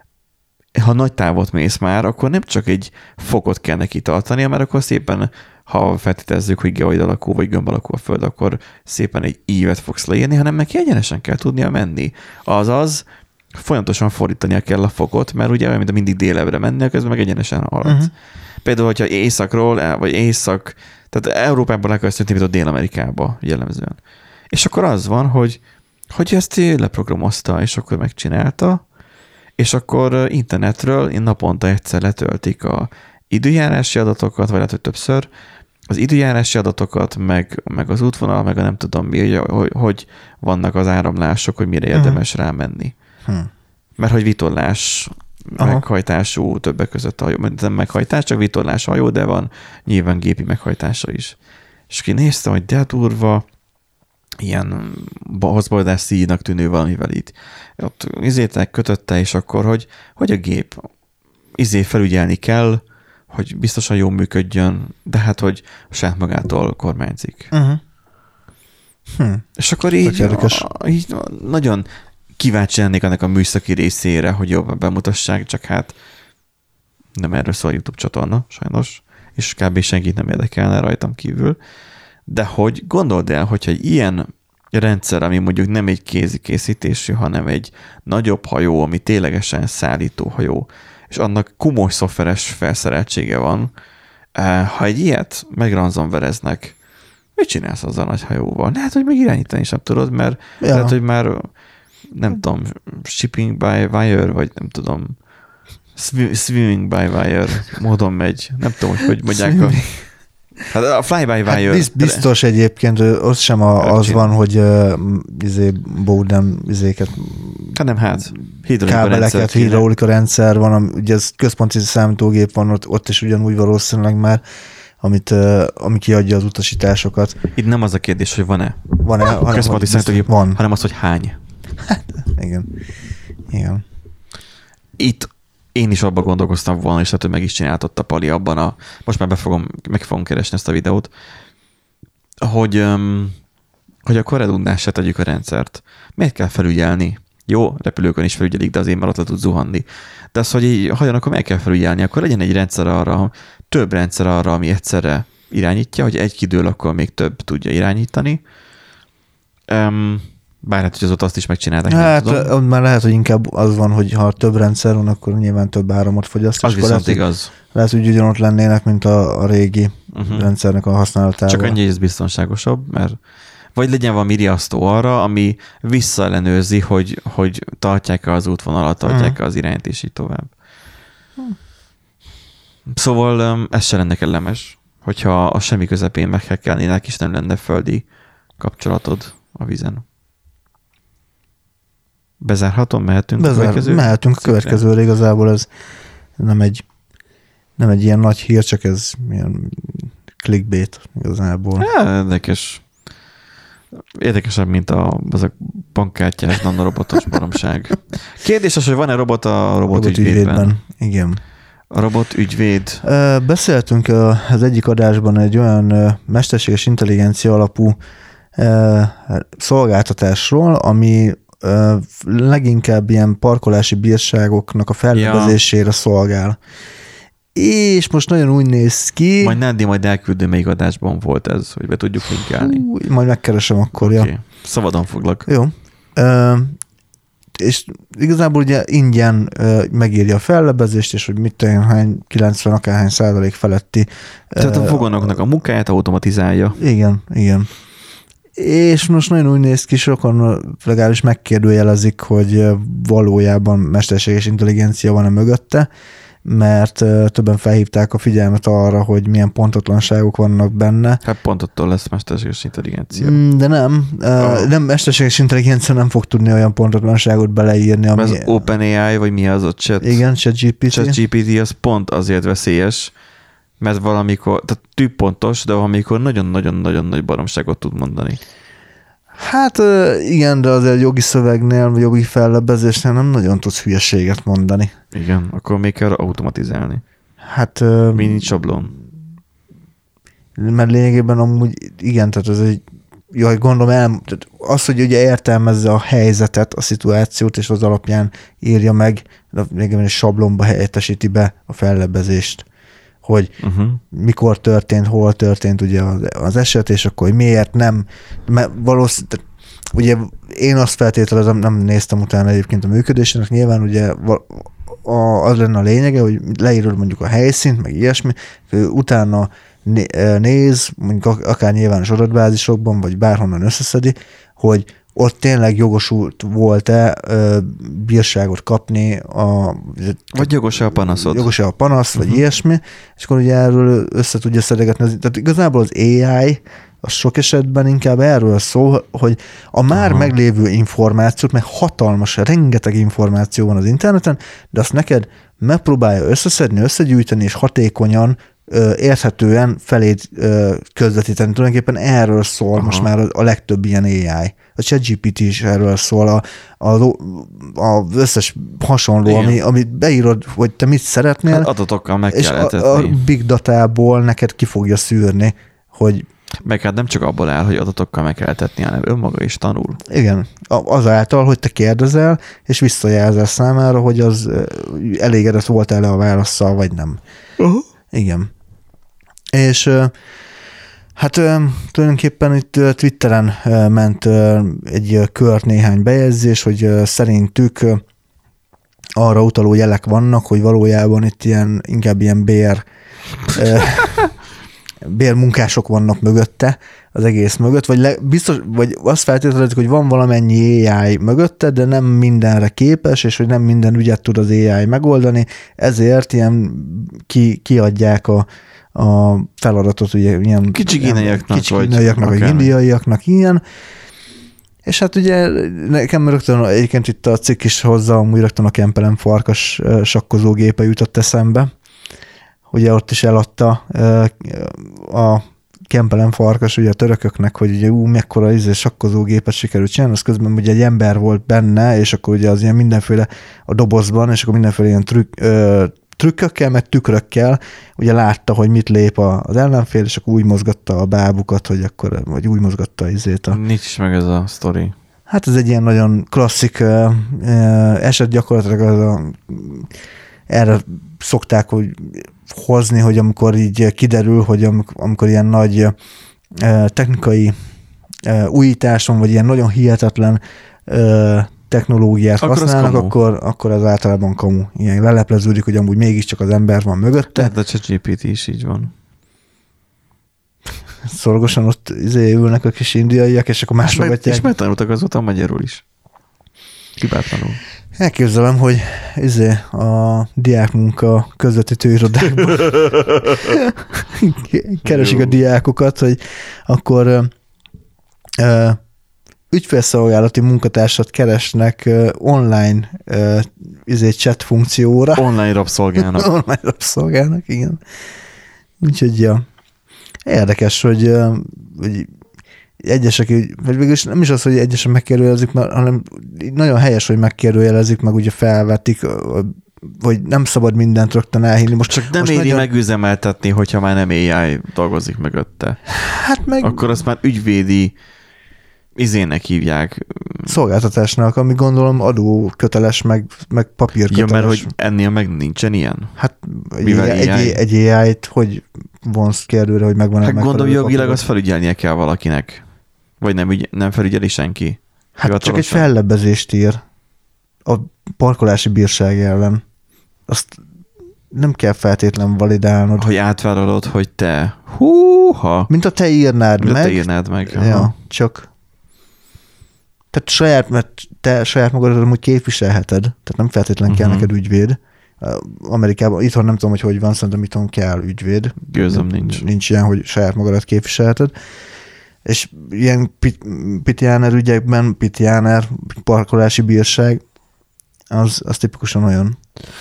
ha nagy távot mész már, akkor nem csak egy fokot kell neki tartania, mert akkor szépen, ha feltételezzük, hogy geoid alakú vagy gömb alakú a föld, akkor szépen egy ívet fogsz leírni, hanem neki egyenesen kell tudnia menni. Azaz, folyamatosan fordítania kell a fokot, mert ugye olyan, mint mindig délebre menni, közben meg egyenesen halad. Uh-huh. Például, hogyha északról, vagy észak, tehát Európában akarsz jönni, mint a Dél-Amerikába jellemzően. És akkor az van, hogy, hogy ezt leprogramozta, és akkor megcsinálta, és akkor internetről én naponta egyszer letöltik a időjárási adatokat, vagy lehet, hogy többször, az időjárási adatokat, meg, meg az útvonal, meg a nem tudom mi, hogy, hogy vannak az áramlások, hogy mire érdemes uh-huh. rámenni. Hmm. Mert hogy vitorlás Aha. meghajtású többek között a hajó, nem meghajtás, csak vitorlás hajó, de van nyilván gépi meghajtása is. És ki néztem, hogy de durva, ilyen hozboldás szíjnak tűnő valamivel itt. Ott izétek kötötte, és akkor, hogy, hogy a gép izé felügyelni kell, hogy biztosan jól működjön, de hát, hogy saját magától kormányzik. Uh-huh. Hm. És akkor így, a, így nagyon kíváncsi lennék annak a műszaki részére, hogy jobban bemutassák, csak hát nem erről szól a YouTube csatorna, sajnos. és kb. Senkit nem érdekelne rajtam kívül. De hogy gondold el, hogyha egy ilyen rendszer, ami mondjuk nem egy kézi készítésű, hanem egy nagyobb hajó, ami ténylegesen szállító hajó, és annak kumos szoftveres felszereltsége van, ha egy ilyet megranzonvereznek, mit csinálsz azzal a nagy hajóval? Lehet, hogy még irányítani sem tudod, mert ja. lehet, hogy már nem tudom, shipping by wire, vagy nem tudom, swimming by wire módon megy. Nem tudom, hogy hogy mondják a... Hát a fly-by-wire... Hát biztos egyébként, az sem a, az van, hogy uh, izé, bódem izéket... Hát nem, hát kábeleket, hidraulika rendszer van, ugye ez központi számítógép van, ott, ott is ugyanúgy valószínűleg már, amit, uh, ami kiadja az utasításokat. Itt nem az a kérdés, hogy van-e. Van-e? A központi számítógép van, hanem az, hogy hány. Hát, igen. Igen. Itt én is abban gondolkoztam volna, és lehet, hogy meg is csináltott a Pali abban a... Most már be fogom, meg fogom keresni ezt a videót, hogy, um, hogy akkor redundánsá tegyük a rendszert. Miért kell felügyelni? Jó, repülőkön is felügyelik, de azért már ott le tud zuhanni. De az, hogy így hajon, akkor meg kell felügyelni, akkor legyen egy rendszer arra, több rendszer arra, ami egyszerre irányítja, hogy egy kidől, akkor még több tudja irányítani. Um, Bár lehet, hogy az ott azt is megcsinálták. Hát már lehet, hogy inkább az van, hogy ha több rendszer van, akkor nyilván több áramot fogyaszt. Az viszont lehet, igaz. Lehet, hogy ugyanott lennének, mint a, a régi uh-huh. rendszernek a használatával. Csak annyi, hogy ez biztonságosabb, mert vagy legyen valami riasztó arra, ami visszaellenőrzi, hogy, hogy tartják-e az útvonalat, tartják-e uh-huh. az irányt, és így tovább. Uh-huh. Szóval ez se lenne kellemes, hogyha a semmi közepén meghekkelnének, és nem lenne földi kapcsolatod a vízen. Bezárhatom? Mehetünk Bezár, a következő? Mehetünk a következőre, igazából ez nem egy, nem egy ilyen nagy hír, csak ez ilyen clickbait igazából. Ja, érdekes. Érdekesebb, mint a, az a bankkártyás nanorobotos baromság. Kérdés az, hogy van-e robot a robot, robot ügyvédben? ügyvédben? Igen. A robot ügyvéd. Beszéltünk az egyik adásban egy olyan mesterséges intelligencia alapú szolgáltatásról, ami leginkább ilyen parkolási bírságoknak a fellebbezésére ja. szolgál. És most nagyon úgy néz ki... Majd Nádi majd elküldő, melyik adásban volt ez, hogy be tudjuk linkálni. Hú, majd megkeresem akkor, okay. ja. Szabadon foglak. Jó. Uh, és igazából ugye ingyen uh, megírja a fellebbezést, és hogy mit tudom, hány, kilencven akárhány százalék feletti. Tehát uh, a fogonoknak a munkáját automatizálja. Igen, igen. És most nagyon úgy néz ki, sokan legalábbis megkérdőjelezik, hogy valójában mesterséges intelligencia van-e mögötte, mert többen felhívták a figyelmet arra, hogy milyen pontotlanságok vannak benne. Hát pont attól lesz mesterséges intelligencia. De nem, oh. nem mesterséges intelligencia nem fog tudni olyan pontotlanságot beleírni. Ami... Az OpenAI, vagy mi az a chat? Igen, ChatGPT. ChatGPT az pont azért veszélyes, mert valamikor, tehát tűpontos, de valamikor nagyon-nagyon-nagyon nagy baromságot tud mondani. Hát igen, de azért jogi szövegnél, jogi fellebbezésnél nem nagyon tudsz hülyeséget mondani. Igen, akkor még kell automatizálni. Hát... Mini sablon. Mert lényegében amúgy igen, tehát ez egy, jaj, gondolom el, az, hogy ugye értelmezze a helyzetet, a szituációt, és az alapján írja meg, lényegében egy sablonba helyettesíti be a fellebbezést, hogy uh-huh. mikor történt, hol történt ugye az, az eset, és akkor hogy miért nem, mert valószínűleg, ugye én azt feltételezem, nem néztem utána egyébként a működésének, nyilván ugye az lenne a lényege, hogy leírod mondjuk a helyszínt, meg ilyesmi, utána néz, mondjuk akár nyilvános adatbázisokban, vagy bárhonnan összeszedi, hogy ott tényleg jogosult volt-e ö, bírságot kapni, a, vagy jogos-e a panaszod. Jogos-e a panasz, uh-huh. vagy ilyesmi, és akkor ugye erről össze tudja szedegetni. Tehát igazából az á i az sok esetben inkább erről szól, hogy a már uh-huh. meglévő információt, mert hatalmas, rengeteg információ van az interneten, de azt neked megpróbálja összeszedni, összegyűjteni, és hatékonyan, érthetően feléd közvetíteni. Tulajdonképpen erről szól uh-huh. most már a legtöbb ilyen á i. A ChatGPT is erről szól, a, a, az összes hasonló, ami, amit beírod, hogy te mit szeretnél, hát adatokkal meg és kell a, a big datából neked ki fogja szűrni, hogy meg hát nem csak abból áll, hogy adatokkal meg kell etetni, hanem önmaga is tanul. Igen, azáltal, hogy te kérdezel, és visszajelzel számára, hogy az elégedett voltál-e a válasszal, vagy nem. Uh-huh. Igen. És hát tulajdonképpen itt Twitteren ment egy kört néhány bejegyzés, hogy szerintük arra utaló jelek vannak, hogy valójában itt ilyen, inkább ilyen bér, bérmunkások vannak mögötte, az egész mögött, vagy, le, biztos, vagy azt feltételezik, hogy van valamennyi á i mögötte, de nem mindenre képes, és hogy nem minden ügyet tud az á i megoldani, ezért ilyen ki, kiadják a, a feladatot, ugye ilyen kicsi kínaiaknak, kicsi kínaiaknak, vagy indiaiaknak, ilyen. És hát ugye nekem rögtön egyébként itt a cikk is hozzá, amúgy rögtön a Kempelen farkas sakkozógépe jutott eszembe. Ugye ott is eladta a Kempelen farkas ugye a törököknek, hogy ugye ú, mekkora izé sakkozógépet sikerült csinálni, az közben ugye egy ember volt benne, és akkor ugye az ilyen mindenféle a dobozban, és akkor mindenféle ilyen trükk, ö, trükkökkel, meg tükrökkel, ugye látta, hogy mit lép az ellenfél, és akkor úgy mozgatta a bábukat, hogy akkor, vagy úgy mozgatta izét. A... Nincs is meg ez a sztori. Hát ez egy ilyen nagyon klasszik ö, ö, eset, gyakorlatilag az a, erre szokták hogy hozni, hogy amikor így kiderül, hogy amikor, amikor ilyen nagy ö, technikai ö, újítás van, vagy ilyen nagyon hihetetlen ö, technológiát akkor használnak, akkor, akkor az általában kamu. Ilyen lelepleződik, hogy amúgy mégiscsak az ember van mögötte. Tehát a ChatGPT is így van. Szorgosan ott izé ülnek a kis indiaiak, és akkor másogatják. És megtanultak azóta magyarul is. Hibátlanul. Elképzelem, hogy izé a diákmunka közvetítő irodákban keresik a diákokat, hogy akkor ö, ügyfélszolgálati munkatársat keresnek uh, online uh, izé chat funkcióra. Online rabszolgának. Online rabszolgának, igen. Úgyhogy ja, érdekes, hogy, uh, hogy egyesek, vagy végülis nem is az, hogy egyesek megkérdőjelezik, hanem nagyon helyes, hogy megkérdőjelezik, meg ugye felvetik, hogy nem szabad mindent rögtön elhinni. Most csak nem most éri nagyon... megüzemeltetni, hogyha már nem á i dolgozik mögötte. Hát meg... Akkor azt már ügyvédi izének hívják. Szolgáltatásnak, ami gondolom adóköteles, meg, meg papírköteles. Ja, mert hogy ennél meg nincsen ilyen? Hát egy, egy, egy á i-t hogy vonsz kérdőre, hogy megvan-e hát megfelelő gondolom jogilag papír. azt felügyelnie kell valakinek. Vagy nem, ügy, nem felügyeli senki. Hát csak egy fellebbezést ír a parkolási bírság ellen. Azt nem kell feltétlen validálnod. Hogy átvállalod, hogy te húha. Mint a te írnád Mint meg. te írnád meg. Ja, csak tehát saját, mert te saját magadat amúgy képviselheted, tehát nem feltétlenül kell uh-huh. neked ügyvéd. Amerikában, itthon nem tudom, hogy hogy van, szerintem itthon kell ügyvéd. Gőzöm nincs. Nincs ilyen, hogy saját magadat képviselheted. És ilyen pit, pitjáner ügyekben, pitjáner, parkolási bírság, az, az tipikusan olyan.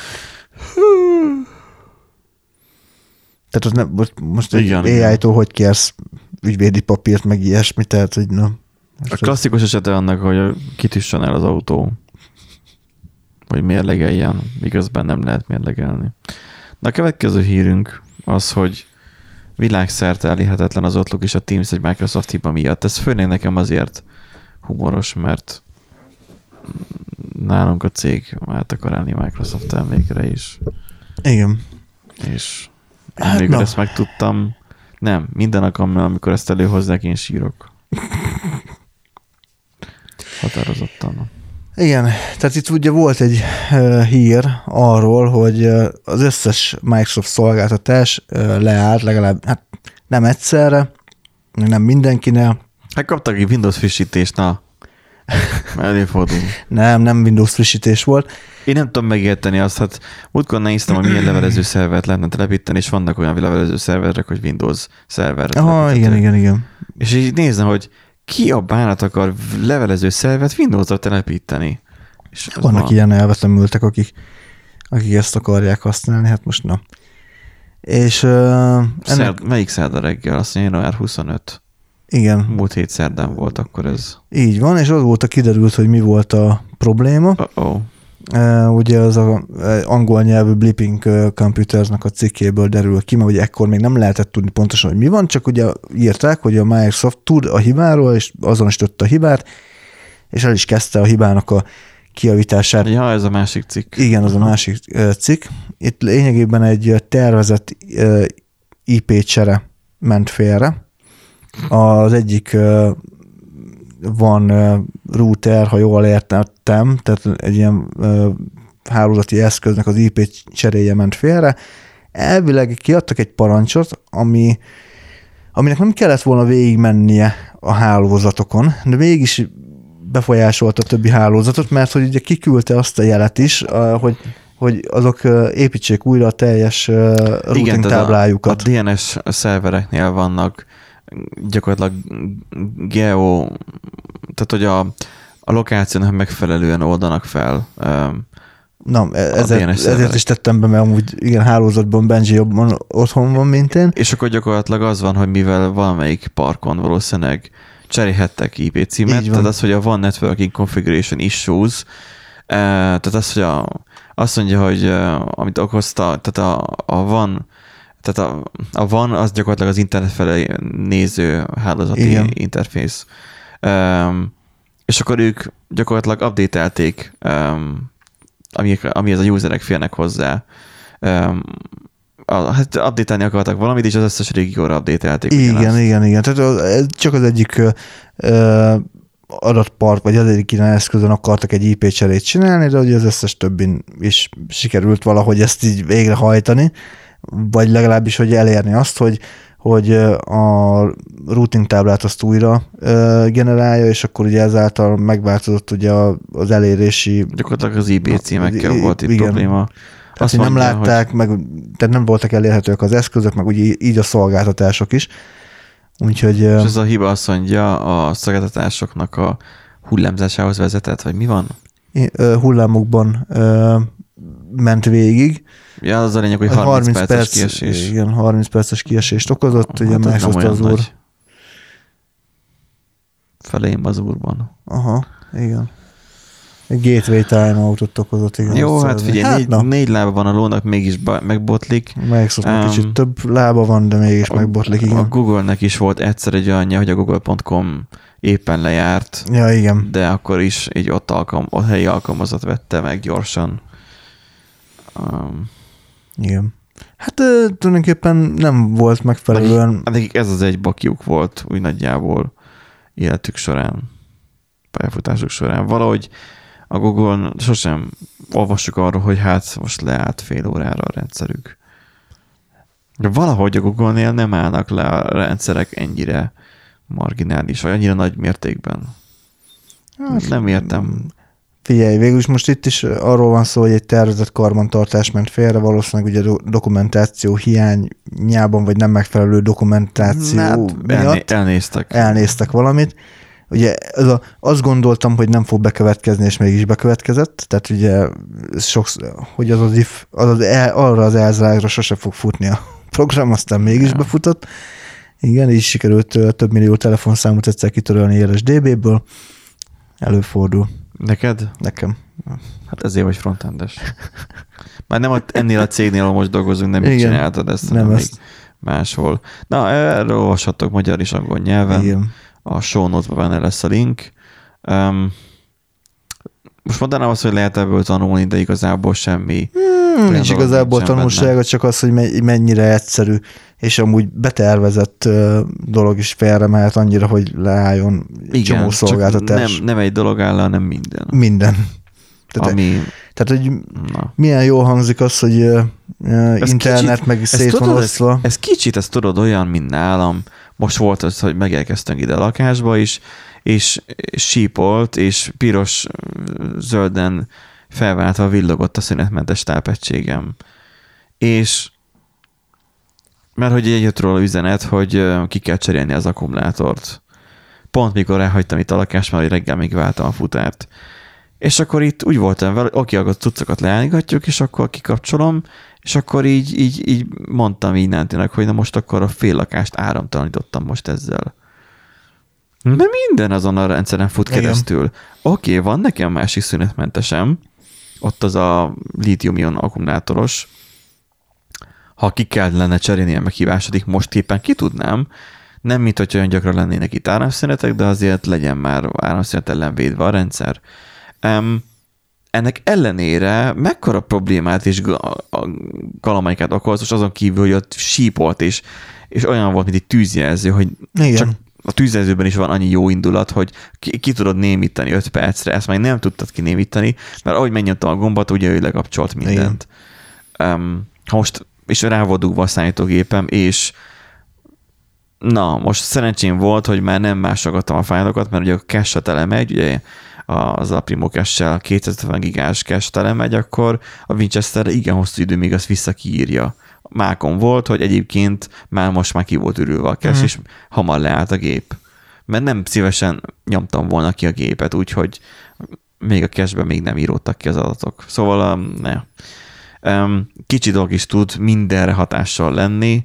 Tehát az nem, most, most igen, egy á i-tól hogy kérsz ügyvédi papírt, meg ilyesmi, tehát hogy na. A klasszikus esete annak, hogy kitüssön el az autó, hogy mérlegeljen, miközben nem lehet mérlegelni. De a következő hírünk az, hogy világszerte elérhetetlen az Outlook és a Teams egy Microsoft hiba miatt. Ez főleg nekem azért humoros, mert nálunk a cég át akar állni Microsoft elmékre is. Igen. És hát amikor no. ezt megtudtam, nem, minden alkalommal, amikor ezt előhozzák, én sírok. Határozottan. Igen, tehát itt ugye volt egy uh, hír arról, hogy uh, az összes Microsoft szolgáltatás uh, leállt, legalább hát nem egyszerre, nem mindenkinél. Hát kaptak egy Windows frissítést, na. Előfordulunk. Nem, nem Windows frissítés volt. Én nem tudom megérteni azt, hát múltkor néztem, hogy milyen levelező szervert lehetne telepíteni, és vannak olyan levelező szerverek, hogy Windows szerverre. Aha, igen, igen, igen. És így nézem, hogy ki a bánat akar levelező szervert Windowsra telepíteni. És vannak van. Ilyen elvetemültek, akik, akik ezt akarják használni, hát most na. És uh, ennek... Szerd, melyik szerda reggel? Azt mondja, január huszonöt. Igen. Múlt hét szerdán volt akkor ez. Így van, és az volt a kiderült, hogy mi volt a probléma. Uh-oh. Uh, ugye az a angol nyelvű Blipping Computersnak a cikkéből derül ki, mert ugye ekkor még nem lehetett tudni pontosan, hogy mi van, csak ugye írták, hogy a Microsoft tud a hibáról, és azonosította a hibát, és el is kezdte a hibának a kijavítását. Ja, ez a másik cikk. Igen, az a másik cikk. Itt lényegében egy tervezett í pé csere ment félre. Az egyik van router, ha jól értettem, tehát egy ilyen hálózati eszköznek az í pé cseréje ment félre. Elvileg kiadtak egy parancsot, ami, aminek nem kellett volna végigmennie a hálózatokon, de mégis befolyásolta a többi hálózatot, mert hogy ugye kiküldte azt a jelet is, hogy, hogy azok építsék újra a teljes routing Igen, táblájukat. A, a dé en es szervereknél vannak gyakorlatilag geo, tehát hogy a, a lokációnak megfelelően oldanak fel. Na, ezért, ezért is tettem be, mert amúgy igen, hálózatban Benji jobban otthon van, mint én. És akkor gyakorlatilag az van, hogy mivel valamelyik parkon valószínűleg cserélhettek í pé címet, tehát az, hogy a One Networking Configuration Issues, tehát az, hogy a, azt mondja, hogy amit okozta, tehát a, a One, tehát a, a One az gyakorlatilag az internet felé néző hálózati igen. interfész. Um, és akkor ők gyakorlatilag update-elték, um, ami, ami az a userek félnek hozzá. Um, a, hát update-elni akartak valamit, és az összes régióra update-elték. Igen, ugyanazt. igen, igen. Tehát ez csak az egyik uh, adatpark, vagy az egyik ilyen eszközön akartak egy í pé cserét csinálni, de ugye az összes többin is sikerült valahogy ezt így végrehajtani, vagy legalábbis, hogy elérni azt, hogy, hogy a routing táblát azt újra uh, generálja, és akkor ugye ezáltal megváltozott ugye az elérési... Gyakorlatilag az í pé címekkel volt itt igen. probléma. Tehát, hogy nem látták, hogy... meg, tehát nem voltak elérhetőek az eszközök, meg ugye így a szolgáltatások is. Úgyhogy... És ez a hiba azt mondja, a szolgáltatásoknak a hullámzásához vezetett, vagy mi van? Hullámokban uh, ment végig. Ja, az a lényeg, hogy harminc, harminc perces perc, kiesés. Igen, harminc perces kiesést okozott, ugye hát meghozta az úr. Nagy. Felém az úrban. Aha, igen. Egy gateway timeoutot okozott, igen. Jó, hát figyelj, hát, négy, négy lába van a lónak, mégis megbotlik. Megszokott, um, kicsit több lába van, de mégis a, megbotlik, igen. A Google-nek is volt egyszer egy olyanja, hogy a google pont com éppen lejárt. Ja, igen. De akkor is egy ott alkalm, a helyi alkalmazat vette meg gyorsan. Um, igen. Hát tulajdonképpen nem volt megfelelően... Nekik ez az egy bakiuk volt, úgy nagyjából életük során, pályafutásuk során. Valahogy a Google sosem olvassuk arról, hogy hát most leállt fél órára a rendszerük. De valahogy a Google-nél nem állnak le a rendszerek ennyire marginális, vagy annyira nagy mértékben. Hát, nem értem. Figyelj, végülis most itt is arról van szó, hogy egy tervezett karbantartás ment félre, valószínűleg ugye dokumentáció hiányában, vagy nem megfelelő dokumentáció hát, miatt elnéztek. elnéztek valamit. Ugye ez a, azt gondoltam, hogy nem fog bekövetkezni, és mégis bekövetkezett, tehát ugye sokszor, hogy az az if, az az el, arra az elzárásra sose fog futni a program, aztán mégis ja. befutott. Igen, így sikerült több millió telefonszámot egyszer kitörölni er es dé bé-ből. Előfordul. Neked? Nekem. Hát ezért vagy frontendes. Már nem a, ennél a cégnél, ahol most dolgozunk, nem így csináltad ezt, nem hanem ezt. még máshol. Na, erről olvashatok magyar és angol nyelven. Igen. A show notes-ban benne lesz a link. Um, most mondanám azt, hogy lehet ebből tanulni, de igazából semmi. Hmm, nincs igazából tanulsága, csak az, hogy mennyire egyszerű, és amúgy betervezett dolog is félre mehet annyira, hogy leálljon igen, csomó szolgáltatás. Nem, nem egy dolog áll, hanem minden. Minden. Tehát, Ami... tehát hogy na. Milyen jól hangzik az, hogy ez internet kicsit, meg szét van osztva. Ez, ez kicsit, ez tudod olyan, mint nálam. Most volt az, hogy megérkeztünk ide a lakásba is, és sípolt, és piros, zölden felváltva villogott a szünetmentes tápegységem. És mert hogy jött róla üzenet, hogy ki kell cserélni az akkumulátort. Pont mikor elhagytam itt a lakást, mert reggel még váltam a futárt. És akkor itt úgy voltam vele, oké, akkor a cuccokat leállgatjuk, és akkor kikapcsolom, és akkor így, így, így mondtam így Nántinak, hogy na most akkor a fél lakást áramtalanítottam most ezzel. De minden azon a rendszeren fut igen. keresztül. Oké, van nekem másik szünetmentesem, ott az a lítium-ion akkumulátoros. Ha ki kellene cserélni a meghívásodik, most éppen ki tudnám. Nem, mint hogy olyan gyakran lennének itt áramszünetek, de azért legyen már áramszünet ellen védve a rendszer. Um, ennek ellenére mekkora problémát és galamaikát okoz, most azon kívül, hogy ott sípolt, és, és olyan volt, mint egy tűzjelző, hogy Igen. csak a tűzjelzőben is van annyi jó indulat, hogy ki, ki tudod némítani öt percre, ezt már nem tudtad kinémítani, mert ahogy megnyomtam a gombot, ugye ő lekapcsolt mindent. Um, ha most, és rá volt dugva a számítógépem, és na, most szerencsém volt, hogy már nem másolgattam a fájlokat, mert ugye a cache telemegy, ugye az Aprimo cache-sel kétszázötven gigás cache telemegy, akkor a Winchesterre igen hosszú idő még azt visszakiírja. Mákon volt, hogy egyébként már most már ki volt ürülve a cache, mm. és hamar leállt a gép. Mert nem szívesen nyomtam volna ki a gépet, úgyhogy még a cache-ben még nem íródtak ki az adatok. Szóval ne. Kicsi dolog is tud mindenre hatással lenni,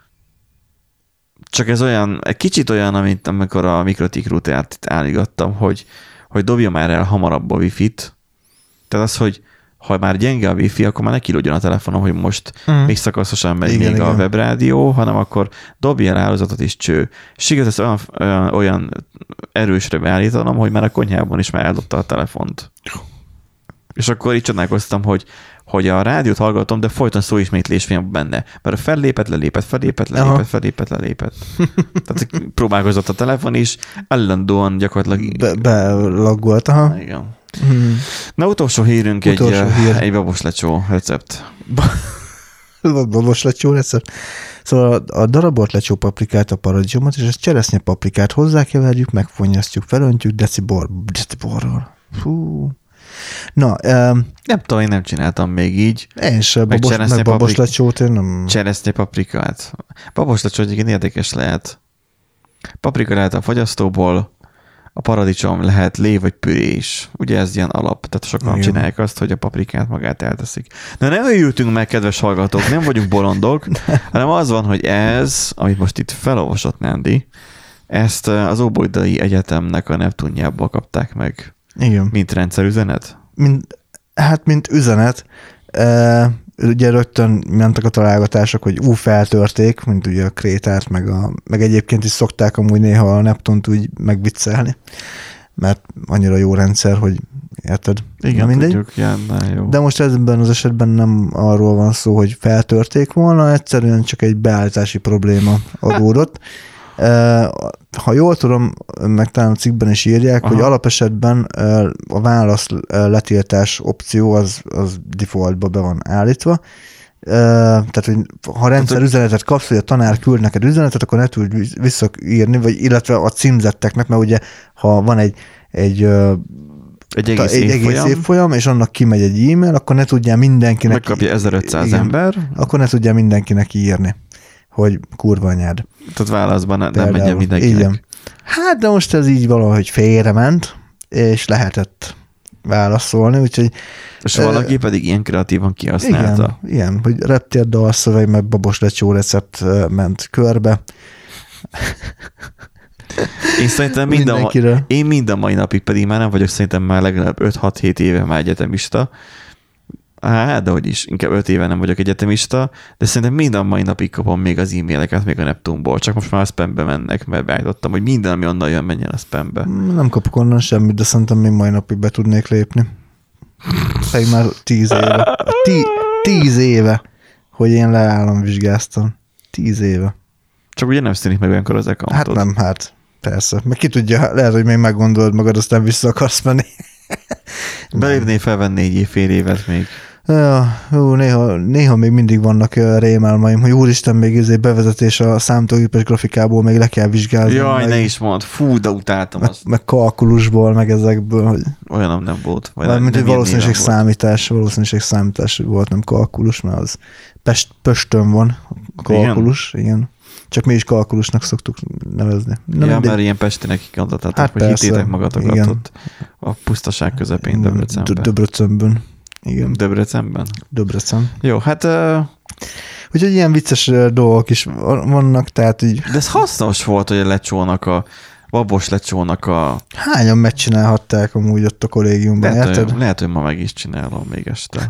csak ez olyan, egy kicsit olyan, amit amikor a MikroTik routert állítottam, hogy, hogy dobja már el hamarabb a Wi-Fi-t. Tehát az, hogy ha már gyenge a Wi-Fi, akkor már ne kilódjon a telefonom, hogy most mm. még szakaszosan megy igen, még igen. a webrádió, hanem akkor dobja el hálózatot is cső. És igaz, ezt olyan, olyan, olyan erősre beállítanom, hogy már a konyhában is már eldobta a telefont. És akkor így csodálkoztam, hogy hogy a rádiót hallgatom, de folyton szóismétlés van benne. Mert a fellépett, lelépett, fellépett, lelépett, Aha. fellépett, lelépett. Tehát próbálkozott a telefon is, állandóan gyakorlatilag... Be, belaggolt, aha. Igen. Hmm. Na, utolsó hírünk utolsó egy, hír. egy baboslecsó recept. Baboslecsó recept? Szóval a darabolt lecsó paprikát, a paradicsomot és a cseresznye paprikát hozzákeverjük, megfonnyasztjuk, felöntjük decibor, deciborral. Fú... Na, um, nem tudom, én nem csináltam még így. Én sem, babos, meg baboslecsót én nem... Cseresznye paprikát. Baboslecsó egyébként érdekes lehet. Paprika lehet a fagyasztóból, a paradicsom lehet lé vagy püré is. Ugye ez ilyen alap, tehát sokan igen. csinálják azt, hogy a paprikát magát elteszik. De nem őrültünk meg, kedves hallgatók, nem vagyunk bolondok, hanem az van, hogy ez, amit most itt felolvasott Nándi, ezt az Óbudai Egyetemnek a Neptunjából kapták meg. Igen. Mint rendszerüzenet? Mint, hát, mint üzenet. E, ugye rögtön mentek a találgatások, hogy ú, feltörték, mint ugye a Krétát, meg, a, meg egyébként is szokták amúgy néha a Neptunt úgy megviccelni, mert annyira jó rendszer, hogy érted? Igen, mindegy. Tudjuk, ja, jó. De most ebben az esetben nem arról van szó, hogy feltörték volna, egyszerűen csak egy beállítási probléma adódott. Ha jól tudom, meg talán a cikkben is írják, Aha. hogy alapesetben a válasz letiltás opció az, az defaultba be van állítva. Tehát, hogy ha rendszer üzenetet kapsz, hogy a tanár küld neked üzenetet, akkor ne tudj visszaírni, vagy illetve a címzetteknek, mert ugye, ha van egy, egy Egy egész, egy évfolyam. egész évfolyam, és annak kimegy egy e-mail, akkor ne tudjál mindenkinek... Megkapja ezerötszáz igen, ember. Akkor ne tudjál mindenkinek írni, hogy kurva anyád. Tehát válaszban ne, nem menjen mindenkinek. Igen. Hát, de most ez így valahogy félrement, és lehetett válaszolni, úgyhogy... És valaki e, pedig ilyen kreatívan kihasználta. Igen, igen, hogy reptér dalszöveg, meg baboslecsó recept ment körbe. Én szerintem mind a, én mind a mai napig pedig már nem vagyok, szerintem már legalább öt-hat-hét éve már egyetemista. Hát, de hogy is, inkább öt éve nem vagyok egyetemista, de szerintem mind a mai napig kapom még az e-maileket, még a Neptunból, csak most már a spambe mennek, mert beállítottam, hogy minden, ami onnan jön, menjen a spambe. Nem kapok onnan semmit, de szerintem még mai napig be tudnék lépni. Pedig már tíz éve. Tí, tíz éve, hogy én leállamvizsgáztam. Tíz éve. Csak ugye nem szűnik meg olyankor az accountot. Hát nem, hát persze. Meg ki tudja, lehet, hogy még meggondolod magad, aztán vissza akarsz menni. Belépnél, felvenni egy fél évet még. Ja, hú, néha, néha még mindig vannak rémálmaim, hogy úristen, még ezért bevezetés a számítógépes grafikából még le kell vizsgálni. Jaj, meg, ne is mondd, fú, de utáltam meg, azt. Meg kalkulusból, meg ezekből. Hogy olyanom nem volt. Vagy nem, mint hogy valószínűség számítás, valószínűség számítás volt, nem kalkulus, mert az pest, pöstön van a kalkulus, igen. igen. Csak mi is kalkulusnak szoktuk nevezni. Nem ja, mindegy. mert ilyen Pestinek kikondottátok, hát hogy hittétek magatokat igen. ott a pusztaság közepén Debrecenben. Debrecenben. Igen. Debrecenben? Debrecen. Jó, hát... Uh... Úgyhogy ilyen vicces dolgok is vannak, tehát így... De ez hasznos volt, hogy a lecsónak a babos lecsónak a... Hányan megcsinálhatták amúgy ott a kollégiumban, lehet, érted? Hogy, lehet, hogy ma meg is csinálom még este.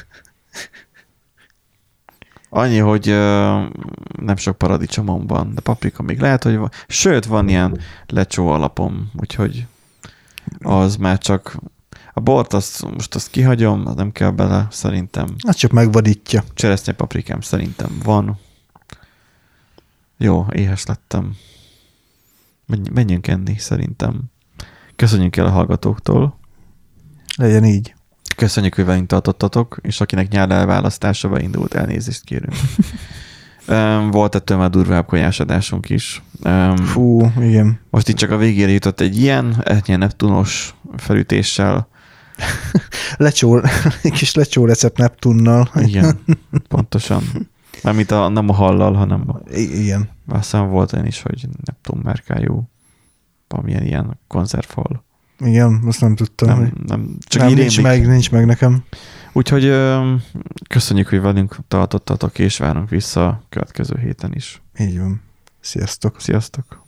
Annyi, hogy uh, nem sok paradicsomom van, de paprika még lehet, hogy van. Sőt, van ilyen lecsó alapom, úgyhogy az már csak A bort, azt, most azt kihagyom, az nem kell bele, szerintem. Az csak megvadítja. Cseresznye paprikám szerintem van. Jó, éhes lettem. Menjünk enni, szerintem. Köszönjük el a hallgatóktól. Legyen így. Köszönjük, hogy velünk tartottatok, és akinek nyár elválasztása beindult, elnézést kérünk. um, volt ettől már durvább konyásadásunk is. Um, Fú, igen. Most itt csak a végére jutott egy ilyen, egy ilyen neptunos felütéssel. Lecsó, egy kis lecsó recept Neptunnal. Igen, pontosan. Mármint a, nem a hallal, hanem a, I- igen. aztán volt olyan is, hogy Neptun márkájú valamilyen ilyen konzervhal. Igen, azt nem tudtam. Nem, nem, csak nem, így nincs rémlik. meg, nincs meg nekem. Úgyhogy ö, köszönjük, hogy velünk tartottatok, és várunk vissza a következő héten is. Így van. Sziasztok. Sziasztok!